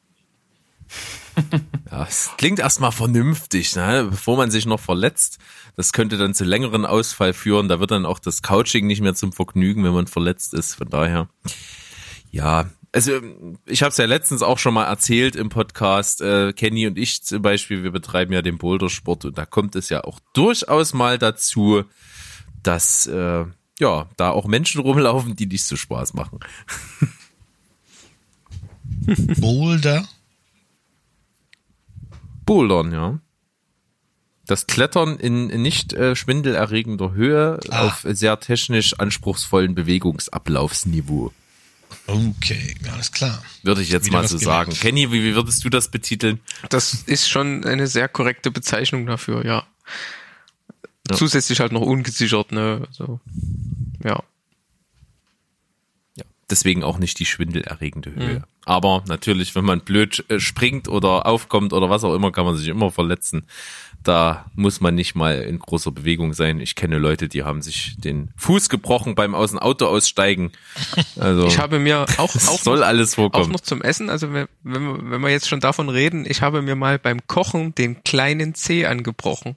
Speaker 2: Ja, es klingt erstmal vernünftig, ne? Bevor man sich noch verletzt. Das könnte dann zu längeren Ausfall führen. Da wird dann auch das Couching nicht mehr zum Vergnügen, wenn man verletzt ist. Von daher, ja. Also ich habe es ja letztens auch schon mal erzählt im Podcast, Kenny und ich zum Beispiel, wir betreiben ja den Bouldersport und da kommt es ja auch durchaus mal dazu, dass da auch Menschen rumlaufen, die nicht so Spaß machen. Bouldern, ja. Das Klettern in nicht schwindelerregender Höhe auf sehr technisch anspruchsvollen Bewegungsablaufsniveau.
Speaker 6: Okay, alles klar.
Speaker 2: Würde ich jetzt
Speaker 6: Wieder
Speaker 2: mal so
Speaker 6: gelernt.
Speaker 2: sagen. Kenny, wie würdest du das betiteln?
Speaker 1: Das ist schon eine sehr korrekte Bezeichnung dafür, ja. Zusätzlich halt noch ungesichert, ne? Also, ja.
Speaker 2: Ja, deswegen auch nicht die schwindelerregende Höhe. Aber natürlich, wenn man blöd springt oder aufkommt oder was auch immer, kann man sich immer verletzen. Da muss man nicht mal in großer Bewegung sein. Ich kenne Leute, die haben sich den Fuß gebrochen beim aus dem Auto aussteigen. Also
Speaker 1: Ich habe mir auch
Speaker 2: soll alles vorkommen.
Speaker 1: Auch noch zum Essen, also wenn wir jetzt schon davon reden, ich habe mir mal beim Kochen den kleinen Zeh angebrochen.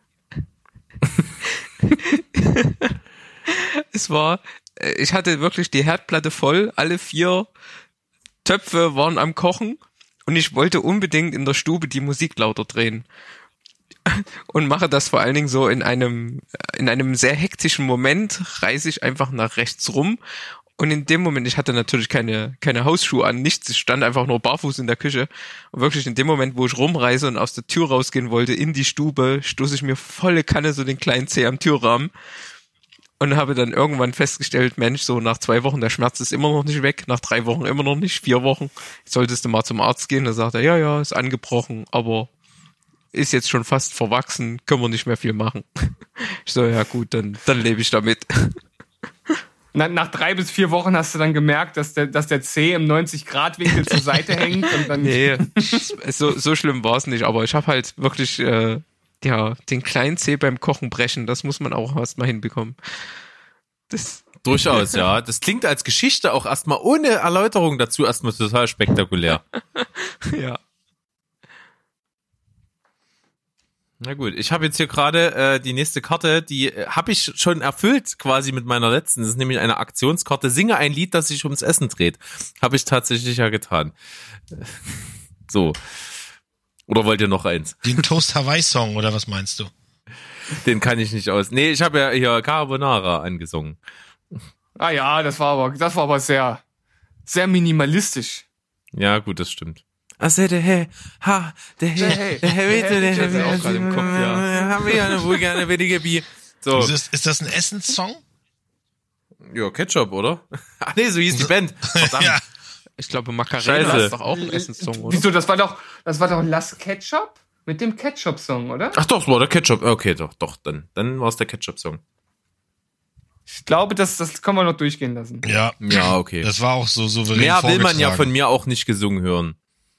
Speaker 1: Ich hatte wirklich die Herdplatte voll, alle 4 Töpfe waren am Kochen und ich wollte unbedingt in der Stube die Musik lauter drehen. Und mache das vor allen Dingen so in einem sehr hektischen Moment, reiße ich einfach nach rechts rum und in dem Moment, ich hatte natürlich keine Hausschuhe an, nichts, ich stand einfach nur barfuß in der Küche und wirklich in dem Moment, wo ich rumreiße und aus der Tür rausgehen wollte in die Stube, stoße ich mir volle Kanne so den kleinen Zeh am Türrahmen und habe dann irgendwann festgestellt, Mensch, so nach 2 Wochen, der Schmerz ist immer noch nicht weg, nach 3 Wochen immer noch nicht, 4 Wochen, solltest du mal zum Arzt gehen, da sagt er, ja, ist angebrochen, aber ist jetzt schon fast verwachsen, können wir nicht mehr viel machen. Ich so, ja gut, dann lebe ich damit.
Speaker 5: Nach 3 bis 4 Wochen hast du dann gemerkt, dass der Zeh im 90-Grad-Winkel zur Seite hängt. Und dann
Speaker 1: Nee, so schlimm war es nicht, aber ich habe halt wirklich den kleinen Zeh beim Kochen brechen, das muss man auch erstmal hinbekommen.
Speaker 2: Durchaus, ja. Das klingt als Geschichte auch erstmal ohne Erläuterung dazu erstmal total spektakulär.
Speaker 1: Ja.
Speaker 2: Na gut, ich habe jetzt hier gerade die nächste Karte, die habe ich schon erfüllt quasi mit meiner letzten. Das ist nämlich eine Aktionskarte. Singe ein Lied, das sich ums Essen dreht. Habe ich tatsächlich ja getan. So. Oder wollt ihr noch eins?
Speaker 6: Den Toast Hawaii Song oder was meinst du?
Speaker 2: Den kann ich nicht aus. Nee, ich habe ja hier Carbonara angesungen.
Speaker 5: Ah ja, das war aber sehr, sehr minimalistisch.
Speaker 2: Ja, gut, das stimmt.
Speaker 1: Ist auch gerade im Kopf, ja.
Speaker 2: So.
Speaker 6: Ist das ein Essenssong?
Speaker 2: Ja, Ketchup, oder? Ach nee, so hieß die Band. Verdammt.
Speaker 6: Ja.
Speaker 1: Ich glaube, Macarena
Speaker 2: Scheiße.
Speaker 1: ist doch auch ein Essenssong, oder?
Speaker 5: Wieso, das war doch Las Ketchup? Mit dem Ketchup-Song, oder?
Speaker 2: Ach doch, es war der Ketchup. Okay, doch, dann war es der Ketchup-Song.
Speaker 5: Ich glaube, das können wir noch durchgehen lassen.
Speaker 6: Ja.
Speaker 2: Ja, okay.
Speaker 6: Das war auch so souverän
Speaker 2: Mehr will man ja
Speaker 6: vorgetragen.
Speaker 2: von mir auch nicht gesungen hören.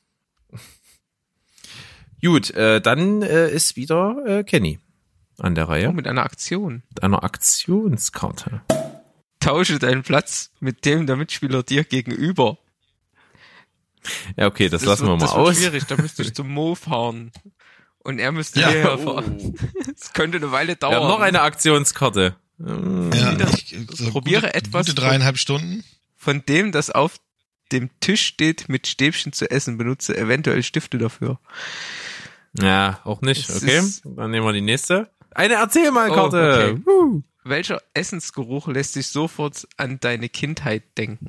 Speaker 2: Gut, dann ist wieder Kenny an der Reihe.
Speaker 1: Oh, mit einer Aktion.
Speaker 2: Mit einer Aktionskarte.
Speaker 1: Tausche deinen Platz mit dem der Mitspieler dir gegenüber.
Speaker 2: Ja, okay, das lassen wir mal
Speaker 1: das wird
Speaker 2: aus.
Speaker 1: schwierig, da müsste ich zum Mo fahren. Und er müsste
Speaker 6: Ja,
Speaker 1: hierher fahren. Das könnte eine Weile
Speaker 2: Wir haben
Speaker 1: dauern.
Speaker 2: noch eine Aktionskarte.
Speaker 6: Ja, so
Speaker 1: Probiere etwas
Speaker 6: gute 3,5 Stunden.
Speaker 1: von dem, das auf dem Tisch steht, mit Stäbchen zu essen. Benutze eventuell Stifte dafür.
Speaker 2: Ja, auch nicht.
Speaker 1: Es
Speaker 2: Okay,
Speaker 1: ist-
Speaker 2: dann nehmen wir die nächste. Eine Erzähl-mal-Karte.
Speaker 1: Okay. Welcher Essensgeruch lässt dich sofort an deine Kindheit denken?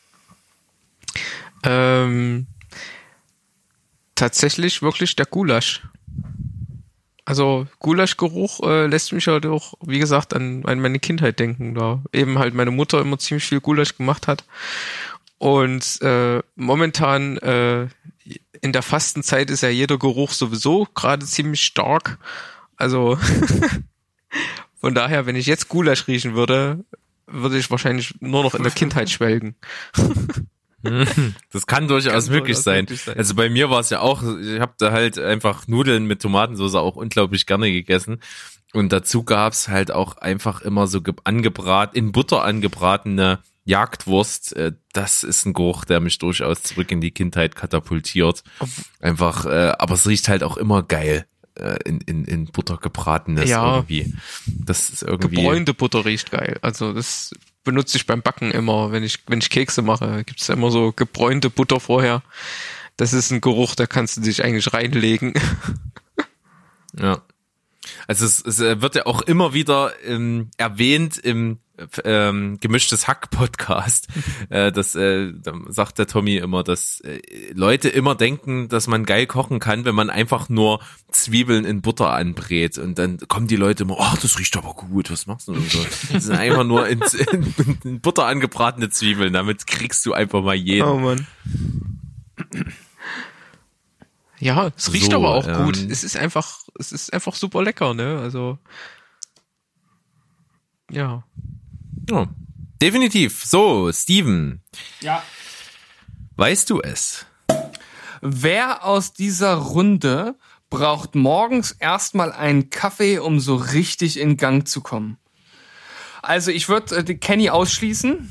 Speaker 1: Tatsächlich wirklich der Gulasch. Also Gulaschgeruch lässt mich halt auch, wie gesagt, an meine Kindheit denken. Da eben halt meine Mutter immer ziemlich viel Gulasch gemacht hat. Und momentan in der Fastenzeit ist ja jeder Geruch sowieso gerade ziemlich stark. Also von daher, wenn ich jetzt Gulasch riechen würde, würde ich wahrscheinlich nur noch in der Kindheit schwelgen.
Speaker 2: Das kann durchaus möglich sein. Also bei mir war es ja auch, ich habe da halt einfach Nudeln mit Tomatensauce auch unglaublich gerne gegessen. Und dazu gab's halt auch einfach immer so in Butter angebratene Jagdwurst. Das ist ein Geruch, der mich durchaus zurück in die Kindheit katapultiert. Einfach, aber es riecht halt auch immer geil. In Butter gebratenes irgendwie. Das ist irgendwie.
Speaker 1: Gebräunte Butter riecht geil. Also das benutze ich beim Backen immer, wenn ich Kekse mache, gibt's ja immer so gebräunte Butter vorher. Das ist ein Geruch, da kannst du dich eigentlich reinlegen.
Speaker 2: Ja. Also es wird ja auch immer wieder erwähnt im Gemischtes Hack-Podcast. Da sagt der Tommy immer, dass Leute immer denken, dass man geil kochen kann, wenn man einfach nur Zwiebeln in Butter anbrät. Und dann kommen die Leute immer, oh, das riecht aber gut, was machst du denn so? Das sind einfach nur in Butter angebratene Zwiebeln, damit kriegst du einfach mal jeden.
Speaker 1: Oh Mann. Ja, es riecht
Speaker 2: So,
Speaker 1: aber auch gut. Es ist einfach super lecker, ne? Also ja.
Speaker 2: Ja, definitiv. So, Steven,
Speaker 5: Ja.
Speaker 2: weißt du es?
Speaker 5: Wer aus dieser Runde braucht morgens erstmal einen Kaffee, um so richtig in Gang zu kommen? Also ich würde Kenny ausschließen.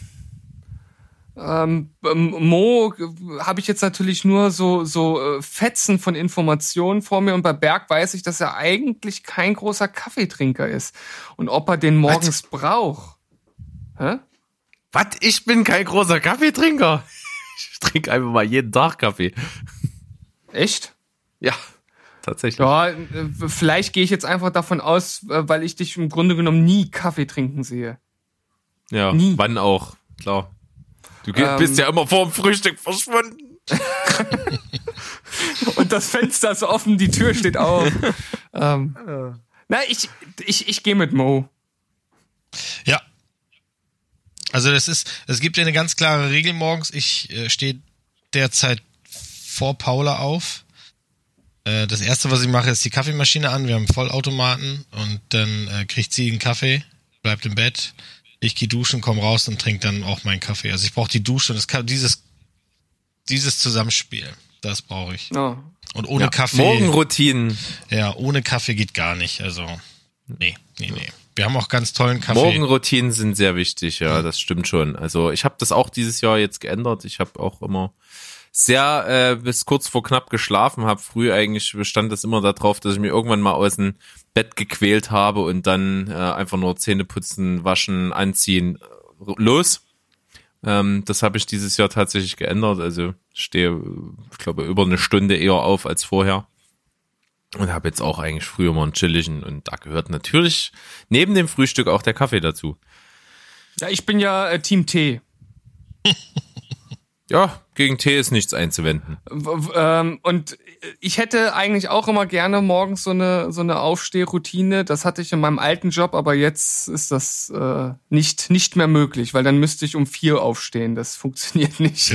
Speaker 5: Mo habe ich jetzt natürlich nur so Fetzen von Informationen vor mir und bei Berg weiß ich, dass er eigentlich kein großer Kaffeetrinker ist. Und ob er den morgens braucht. Hä?
Speaker 2: Was? Ich bin kein großer Kaffeetrinker. Ich trinke einfach mal jeden Tag Kaffee.
Speaker 5: Echt?
Speaker 2: Ja, tatsächlich.
Speaker 5: Ja, vielleicht gehe ich jetzt einfach davon aus, weil ich dich im Grunde genommen nie Kaffee trinken sehe.
Speaker 2: Ja,
Speaker 5: Nie.
Speaker 2: wann auch, klar. Du bist ja immer vor dem Frühstück verschwunden.
Speaker 5: Und das Fenster ist offen, die Tür steht auf. Na, ich gehe mit Mo.
Speaker 6: Ja. Also es gibt ja eine ganz klare Regel morgens. Ich stehe derzeit vor Paula auf. Das erste, was ich mache, ist die Kaffeemaschine an. Wir haben Vollautomaten und dann kriegt sie einen Kaffee, bleibt im Bett. Ich gehe duschen, komme raus und trinke dann auch meinen Kaffee. Also ich brauche die Dusche und dieses Zusammenspiel, das brauche ich.
Speaker 5: Oh.
Speaker 6: Und ohne Kaffee.
Speaker 2: Morgenroutinen.
Speaker 6: Ja, ohne Kaffee geht gar nicht. Also nee. Wir haben auch ganz tollen Kaffee.
Speaker 2: Morgenroutinen sind sehr wichtig, ja, das stimmt schon. Also ich habe das auch dieses Jahr jetzt geändert. Ich habe auch immer sehr bis kurz vor knapp geschlafen, habe früh eigentlich bestand das immer darauf, dass ich mir irgendwann mal aus dem Bett gequält habe und dann einfach nur Zähne putzen, waschen, anziehen, los. Das habe ich dieses Jahr tatsächlich geändert. Also stehe, ich glaube, über eine Stunde eher auf als vorher. Und habe jetzt auch eigentlich früher mal einen chilligen und da gehört natürlich neben dem Frühstück auch der Kaffee dazu.
Speaker 5: Ja, ich bin ja Team Tee.
Speaker 2: Ja, gegen Tee ist nichts einzuwenden.
Speaker 5: Und ich hätte eigentlich auch immer gerne morgens so eine Aufstehroutine. Das hatte ich in meinem alten Job, aber jetzt ist das nicht mehr möglich, weil dann müsste ich um 4 aufstehen. Das funktioniert nicht.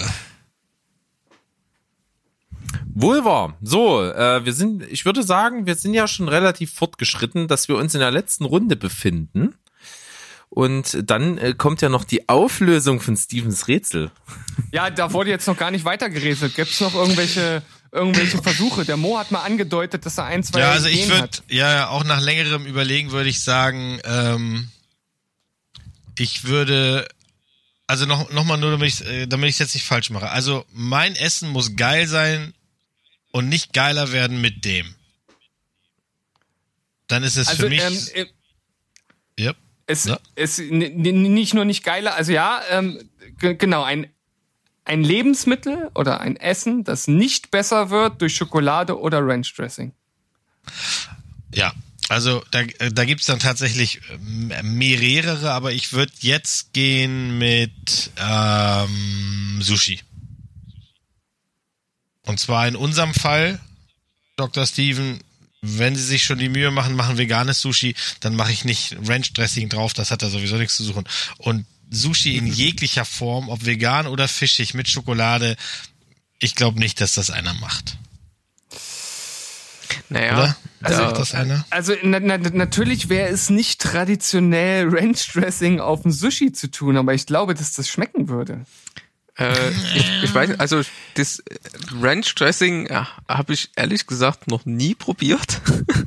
Speaker 2: Wohl wahr. So, ich würde sagen, wir sind ja schon relativ fortgeschritten, dass wir uns in der letzten Runde befinden. Und dann kommt ja noch die Auflösung von Stevens Rätsel.
Speaker 5: Ja, da wurde jetzt noch gar nicht weitergerätselt. Gibt's noch irgendwelche Versuche? Der Mo hat mal angedeutet, dass er 1, 2
Speaker 6: Ja, also ich
Speaker 5: Ideen hat.
Speaker 6: auch nach längerem Überlegen würde ich sagen, ich würde, also nochmal nur, damit ich es jetzt nicht falsch mache. Also mein Essen muss geil sein und nicht geiler werden mit dem. Dann ist es
Speaker 5: Also
Speaker 6: für mich. Yep.
Speaker 5: nicht nur nicht geiler, also ja, genau, ein Lebensmittel oder ein Essen, das nicht besser wird durch Schokolade oder Ranch Dressing.
Speaker 6: Ja, also da gibt's dann tatsächlich mehrere, aber ich würde jetzt gehen mit Sushi. Und zwar in unserem Fall, Dr. Steven, wenn Sie sich schon die Mühe machen veganes Sushi, dann mache ich nicht Ranch Dressing drauf, das hat da sowieso nichts zu suchen. Und Sushi in jeglicher Form, ob vegan oder fischig mit Schokolade, ich glaube nicht, dass das einer macht.
Speaker 1: Naja,
Speaker 6: oder? Sagt das einer?
Speaker 5: Also natürlich wäre es nicht traditionell Ranch Dressing auf dem Sushi zu tun, aber ich glaube, dass das schmecken würde.
Speaker 1: Ich weiß, also das Ranch Dressing habe ich ehrlich gesagt noch nie probiert.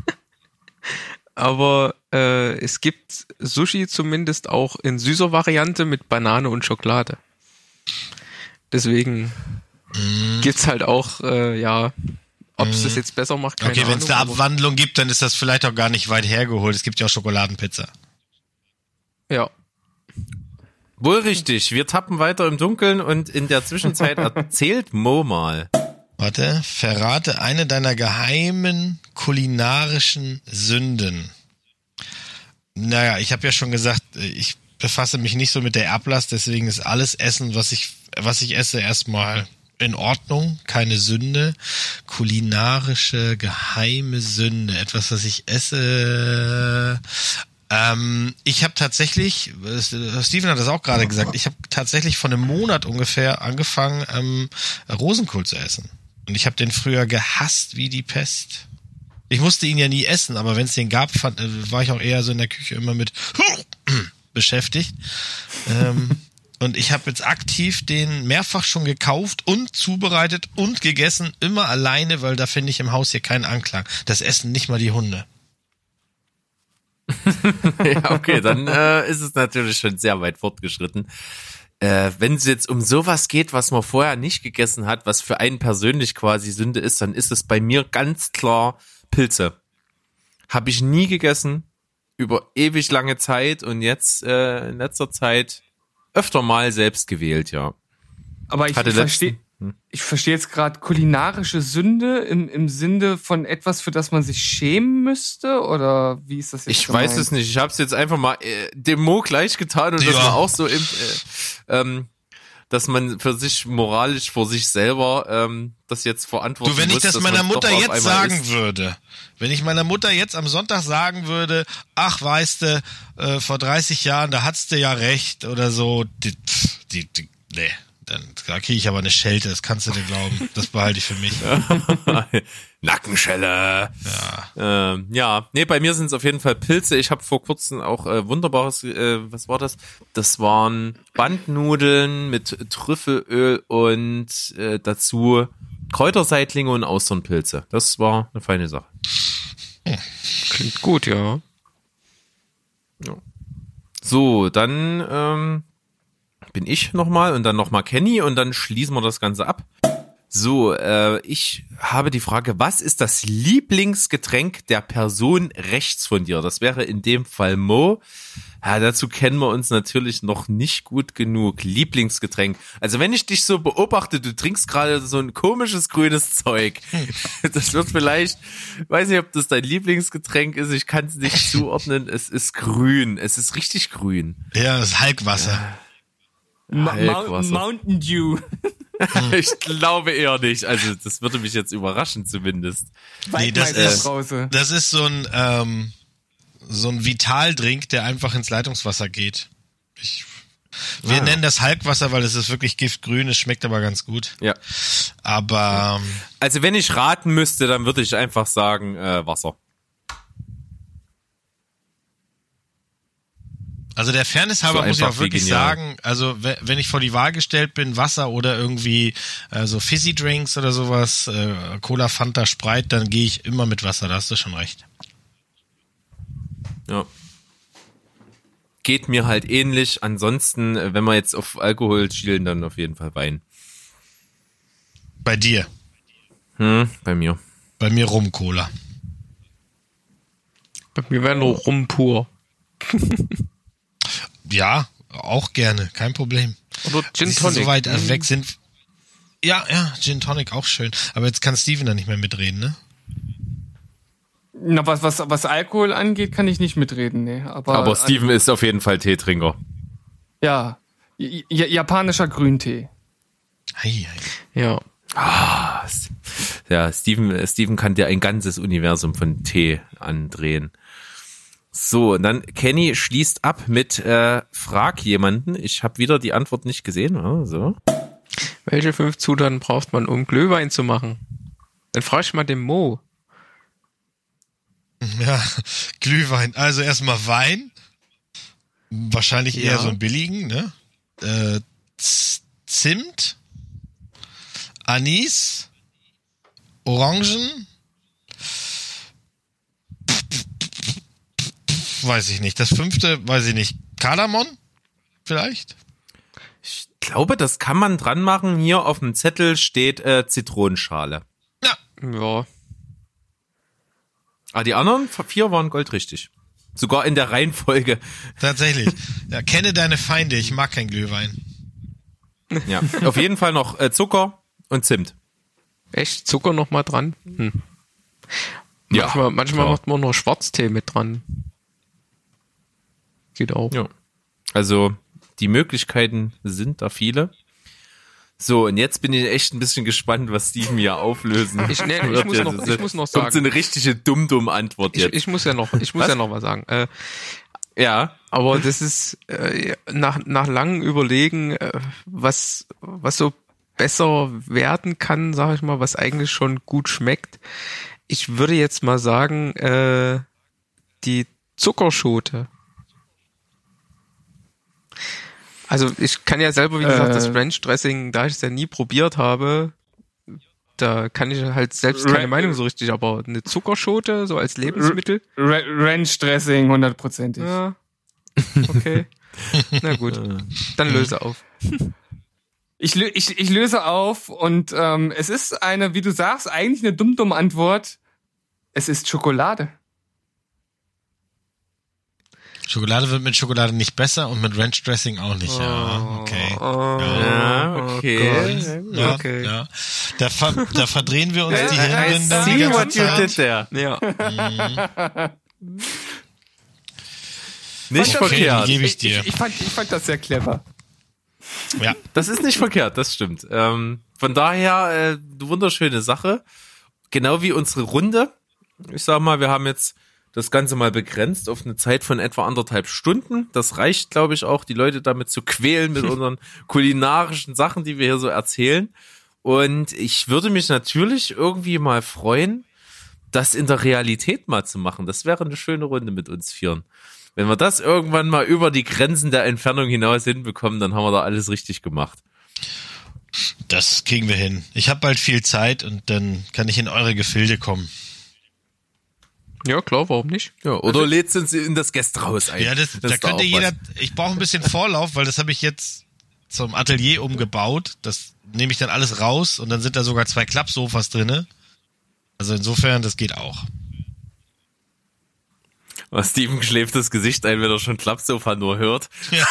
Speaker 1: Aber es gibt Sushi zumindest auch in süßer Variante mit Banane und Schokolade. Deswegen gibt's halt auch, ob es das jetzt besser macht, keine Ahnung.
Speaker 6: Okay, wenn es eine Abwandlung gibt, dann ist das vielleicht auch gar nicht weit hergeholt. Es gibt ja auch Schokoladenpizza.
Speaker 1: Ja.
Speaker 2: Wohl richtig. Wir tappen weiter im Dunkeln und in der Zwischenzeit erzählt Mo mal.
Speaker 6: Warte, verrate eine deiner geheimen kulinarischen Sünden. Naja, ich habe ja schon gesagt, ich befasse mich nicht so mit der Erblass, deswegen ist alles Essen, was ich esse, erstmal in Ordnung, keine Sünde. Kulinarische geheime Sünde, etwas, was ich esse. Ich habe tatsächlich, Steven hat das auch gerade gesagt, ich habe tatsächlich vor einem Monat ungefähr angefangen, Rosenkohl zu essen. Und ich habe den früher gehasst wie die Pest. Ich musste ihn ja nie essen, aber wenn es den gab, war ich auch eher so in der Küche immer mit beschäftigt. Und ich habe jetzt aktiv den mehrfach schon gekauft und zubereitet und gegessen, immer alleine, weil da finde ich im Haus hier keinen Anklang. Das essen nicht mal die Hunde.
Speaker 2: Ja, okay, dann ist es natürlich schon sehr weit fortgeschritten. Wenn es jetzt um sowas geht, was man vorher nicht gegessen hat, was für einen persönlich quasi Sünde ist, dann ist es bei mir ganz klar Pilze. Habe ich nie gegessen, über ewig lange Zeit und jetzt in letzter Zeit öfter mal selbst gewählt, ja.
Speaker 5: Aber ich verstehe jetzt gerade kulinarische Sünde im Sinne von etwas, für das man sich schämen müsste, oder wie ist das jetzt
Speaker 2: Ich
Speaker 5: gemeint?
Speaker 2: weiß es nicht. Ich habe es jetzt einfach mal dem Mo gleich getan und das war auch so dass man für sich moralisch vor sich selber das jetzt verantworten muss.
Speaker 6: Du, wenn ich das meiner Mutter jetzt sagen
Speaker 2: isst.
Speaker 6: würde, wenn ich meiner Mutter jetzt am Sonntag sagen würde, ach, weißt du, vor 30 Jahren, da hattest du ja recht oder so, nee. Da kriege ich aber eine Schelte, das kannst du dir glauben. Das behalte ich für mich.
Speaker 2: Nackenschelle. Ja. Nee, bei mir sind es auf jeden Fall Pilze. Ich habe vor kurzem auch wunderbares, was war das? Das waren Bandnudeln mit Trüffelöl und dazu Kräuterseitlinge und Austernpilze. Das war eine feine Sache.
Speaker 1: Klingt gut, ja.
Speaker 2: So, dann bin ich nochmal und dann nochmal Kenny und dann schließen wir das Ganze ab. So, ich habe die Frage, was ist das Lieblingsgetränk der Person rechts von dir? Das wäre in dem Fall Mo. Ja, dazu kennen wir uns natürlich noch nicht gut genug. Lieblingsgetränk. Also wenn ich dich so beobachte, du trinkst gerade so ein komisches grünes Zeug. Das wird vielleicht, weiß nicht, ob das dein Lieblingsgetränk ist, ich kann es nicht zuordnen. Es ist grün, es ist richtig grün.
Speaker 6: Ja, das ist Halkwasser.
Speaker 5: Mountain Dew.
Speaker 2: Ich glaube eher nicht. Also das würde mich jetzt überraschen zumindest.
Speaker 6: Nee, das ist so ein Vitaldrink, der einfach ins Leitungswasser geht. Wir nennen das Halkwasser, weil es ist wirklich giftgrün, es schmeckt aber ganz gut.
Speaker 2: Ja.
Speaker 6: Aber
Speaker 2: also wenn ich raten müsste, dann würde ich einfach sagen Wasser.
Speaker 6: Also der Fairness halber
Speaker 2: So
Speaker 6: muss ich auch
Speaker 2: einfach wie
Speaker 6: wirklich
Speaker 2: genial.
Speaker 6: sagen, also wenn ich vor die Wahl gestellt bin, Wasser oder irgendwie so Fizzy Drinks oder sowas, Cola, Fanta, Sprite, dann gehe ich immer mit Wasser, da hast du schon recht.
Speaker 2: Ja. Geht mir halt ähnlich. Ansonsten, wenn wir jetzt auf Alkohol schielen, dann auf jeden Fall Wein.
Speaker 6: Bei dir?
Speaker 2: Bei mir.
Speaker 6: Bei mir Rum-Cola.
Speaker 1: Bei mir wäre nur Rum pur.
Speaker 6: Ja, auch gerne, kein Problem.
Speaker 1: Oder Gin
Speaker 6: Siehst du,
Speaker 1: Tonic.
Speaker 6: so weit weg sind. Ja, Gin Tonic auch schön. Aber jetzt kann Steven da nicht mehr mitreden, ne?
Speaker 5: Na, was Alkohol angeht, kann ich nicht mitreden, ne.
Speaker 2: Aber Steven ist auf jeden Fall Teetrinker.
Speaker 5: Ja, japanischer Grüntee.
Speaker 6: Hei.
Speaker 1: Ja.
Speaker 2: Ja, Steven kann dir ein ganzes Universum von Tee andrehen. So, und dann Kenny schließt ab mit Frag jemanden. Ich habe wieder die Antwort nicht gesehen. Oh, so.
Speaker 1: Welche 5 Zutaten braucht man, um Glühwein zu machen? Dann frage ich mal den Mo.
Speaker 6: Ja, Glühwein. Also erstmal Wein. Wahrscheinlich eher
Speaker 1: Ja.
Speaker 6: so einen billigen, ne? Zimt. Anis. Orangen. Weiß ich nicht. Das 5. weiß ich nicht. Kardamom? Vielleicht?
Speaker 2: Ich glaube, das kann man dran machen. Hier auf dem Zettel steht Zitronenschale.
Speaker 6: Ja.
Speaker 1: Ja.
Speaker 2: Ah, die anderen 4 waren goldrichtig. Sogar in der Reihenfolge.
Speaker 6: Tatsächlich. Ja, kenne deine Feinde. Ich mag kein Glühwein.
Speaker 2: Ja, auf jeden Fall noch Zucker und Zimt.
Speaker 1: Echt? Zucker noch mal dran?
Speaker 2: Ja,
Speaker 1: Manchmal
Speaker 2: klar.
Speaker 1: macht man noch Schwarztee mit dran. Geht auch.
Speaker 2: Ja. Also die Möglichkeiten sind da viele. So, und jetzt bin ich echt ein bisschen gespannt, was Steven hier auflösen
Speaker 1: Ich
Speaker 2: wird.
Speaker 1: muss noch sagen.
Speaker 2: Kommt so eine richtige Dumm-Dumm-Antwort jetzt.
Speaker 1: Ich muss ja noch was sagen.
Speaker 2: Ja,
Speaker 1: Aber das ist nach langem Überlegen, was so besser werden kann, sag ich mal, was eigentlich schon gut schmeckt. Ich würde jetzt mal sagen, die Zuckerschote. Also ich kann ja selber, wie gesagt, das Ranch Dressing, da ich es ja nie probiert habe, da kann ich halt selbst keine Meinung so richtig, aber eine Zuckerschote, so als Lebensmittel.
Speaker 5: Ranch Dressing, 100%.
Speaker 1: Ja. Okay. Na gut. Dann löse auf.
Speaker 5: Ich löse auf und es ist eine, wie du sagst, eigentlich eine dumm-Antwort. Es ist Schokolade.
Speaker 6: Schokolade wird mit Schokolade nicht besser und mit Ranch Dressing auch nicht. Ja, okay.
Speaker 2: ja, okay.
Speaker 6: Ja,
Speaker 1: Okay.
Speaker 6: ja. Da verdrehen wir uns die Hirnrinde die
Speaker 2: See
Speaker 6: ganze
Speaker 2: what you did
Speaker 6: Zeit.
Speaker 2: there.
Speaker 1: Ja.
Speaker 2: Nicht
Speaker 6: Okay,
Speaker 2: verkehrt.
Speaker 6: gebe ich dir.
Speaker 5: Ich fand das sehr clever.
Speaker 6: Ja.
Speaker 2: Das ist nicht verkehrt, das stimmt. Von daher, eine wunderschöne Sache. Genau wie unsere Runde. Ich sag mal, wir haben jetzt das Ganze mal begrenzt auf eine Zeit von etwa 1,5 Stunden. Das reicht, glaube ich, auch, die Leute damit zu quälen mit unseren kulinarischen Sachen, die wir hier so erzählen. Und ich würde mich natürlich irgendwie mal freuen, das in der Realität mal zu machen. Das wäre eine schöne Runde mit uns Vieren. Wenn wir das irgendwann mal über die Grenzen der Entfernung hinaus hinbekommen, dann haben wir da alles richtig gemacht.
Speaker 6: Das kriegen wir hin. Ich habe bald viel Zeit und dann kann ich in eure Gefilde kommen.
Speaker 1: Ja, klar, warum nicht?
Speaker 2: Ja, oder lädst uns in das Gästehaus ein.
Speaker 6: Ja, da
Speaker 2: ist doch
Speaker 6: könnte
Speaker 2: auch
Speaker 6: jeder.
Speaker 2: was.
Speaker 6: Ich brauche ein bisschen Vorlauf, weil das habe ich jetzt zum Atelier umgebaut. Das nehme ich dann alles raus und dann sind da sogar 2 Klappsofas drinne. Also insofern, das geht auch.
Speaker 2: Was Steven schläft das Gesicht ein, wenn er schon Klappsofa nur hört.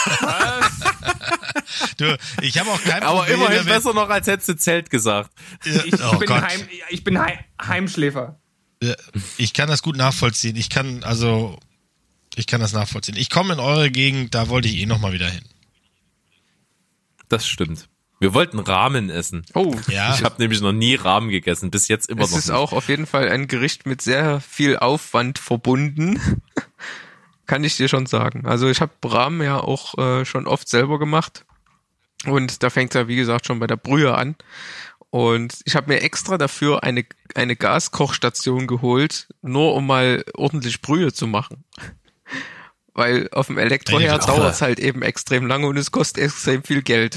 Speaker 6: Du, ich habe auch kein
Speaker 2: Aber
Speaker 6: Problem
Speaker 2: immerhin
Speaker 6: damit.
Speaker 2: besser noch, als hättest du Zelt gesagt.
Speaker 6: Oh Gott.
Speaker 5: Ich bin Heimschläfer.
Speaker 6: Ich kann das gut nachvollziehen. Ich kann das nachvollziehen. Ich komme in eure Gegend, da wollte ich eh noch mal wieder hin.
Speaker 2: Das stimmt. Wir wollten Ramen essen.
Speaker 1: Oh,
Speaker 6: Ja,
Speaker 2: Ich habe nämlich noch nie Ramen gegessen, bis jetzt immer
Speaker 1: es
Speaker 2: noch
Speaker 1: ist
Speaker 2: nicht.
Speaker 1: auch auf jeden Fall ein Gericht mit sehr viel Aufwand verbunden. Kann ich dir schon sagen. Also ich habe Ramen ja auch schon oft selber gemacht. Und da fängt ja, wie gesagt, schon bei der Brühe an. Und ich habe mir extra dafür eine Gaskochstation geholt, nur um mal ordentlich Brühe zu machen. Weil auf dem Elektroherd dauert es halt eben extrem lange und es kostet extrem viel Geld.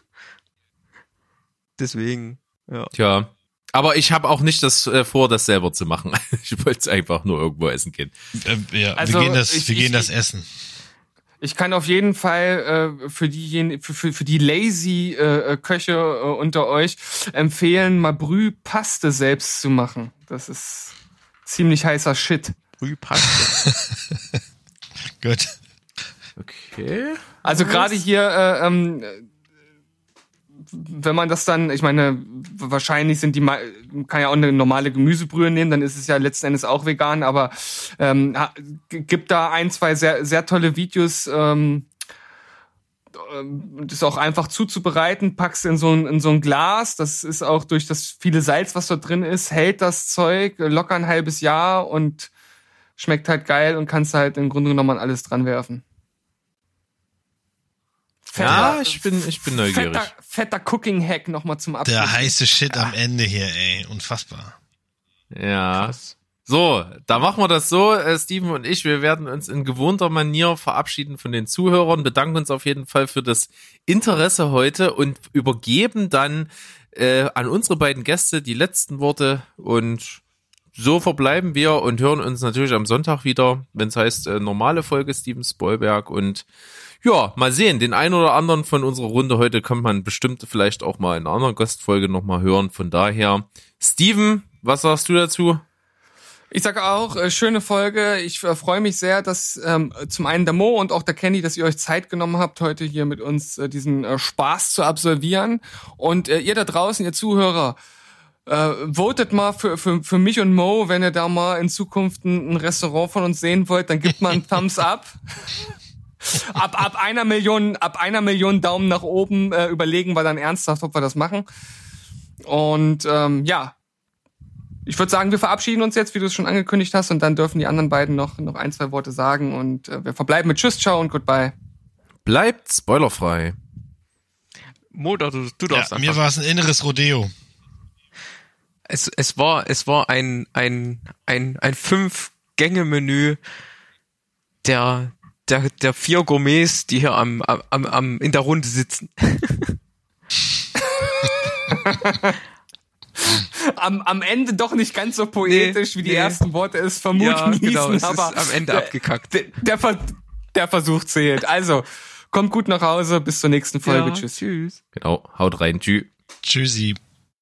Speaker 1: Deswegen, ja.
Speaker 2: Tja. Aber ich habe auch nicht das vor, das selber zu machen. Ich wollte einfach nur irgendwo essen gehen.
Speaker 6: ja,
Speaker 5: Also,
Speaker 6: wir gehen das essen.
Speaker 5: Ich kann auf jeden Fall für die lazy Köche unter euch empfehlen, mal Brühpaste selbst zu machen. Das ist ziemlich heißer Shit.
Speaker 1: Brühpaste.
Speaker 6: Gut.
Speaker 2: Okay.
Speaker 5: Also gerade hier, wenn man das dann, ich meine, wahrscheinlich kann ja auch eine normale Gemüsebrühe nehmen, dann ist es ja letzten Endes auch vegan, aber gibt da 1, 2 sehr, sehr tolle Videos, das ist auch einfach zuzubereiten, packst in so ein Glas, das ist auch durch das viele Salz, was dort drin ist, hält das Zeug locker ein halbes Jahr und schmeckt halt geil und kannst halt im Grunde genommen alles dran werfen.
Speaker 2: Ja, ich bin neugierig.
Speaker 5: Fetter Cooking-Hack nochmal zum Abschluss.
Speaker 6: Der heiße Shit am Ende hier, ey. Unfassbar.
Speaker 2: Ja. Krass. So, da machen wir das so, Steven und ich, wir werden uns in gewohnter Manier verabschieden von den Zuhörern, bedanken uns auf jeden Fall für das Interesse heute und übergeben dann an unsere beiden Gäste die letzten Worte und so verbleiben wir und hören uns natürlich am Sonntag wieder, wenn es heißt normale Folge Steven Spoilberg und ja, mal sehen, den einen oder anderen von unserer Runde heute kann man bestimmt vielleicht auch mal in einer anderen Gastfolge nochmal hören, von daher, Steven, was sagst du dazu?
Speaker 5: Ich sage auch, schöne Folge. Ich freue mich sehr, dass zum einen der Mo und auch der Kenny, dass ihr euch Zeit genommen habt, heute hier mit uns diesen Spaß zu absolvieren. Und ihr da draußen, ihr Zuhörer, votet mal für mich und Mo, wenn ihr da mal in Zukunft ein Restaurant von uns sehen wollt, dann gebt mal einen Thumbs up. Ab einer Million Daumen nach oben überlegen wir dann ernsthaft, ob wir das machen. Und ja. Ich würde sagen, wir verabschieden uns jetzt, wie du es schon angekündigt hast, und dann dürfen die anderen beiden noch 1, 2 Worte sagen und wir verbleiben mit Tschüss, ciao und goodbye.
Speaker 2: Bleibt spoilerfrei.
Speaker 1: Moda, du darfst
Speaker 6: ja, mir war es ein inneres Rodeo.
Speaker 1: Es war ein 5-Gänge-Menü der 4 Gourmets, die hier in der Runde sitzen.
Speaker 5: Am Ende doch nicht ganz so poetisch, wie die ersten Worte es vermuten ließen,
Speaker 1: genau, es
Speaker 5: aber
Speaker 1: ist am Ende abgekackt.
Speaker 5: Der Versuch zählt. Also, kommt gut nach Hause, bis zur nächsten Folge.
Speaker 1: Ja,
Speaker 5: Tschüss.
Speaker 1: Tschüss.
Speaker 2: Genau, haut rein, tschüss.
Speaker 6: Tschüssi.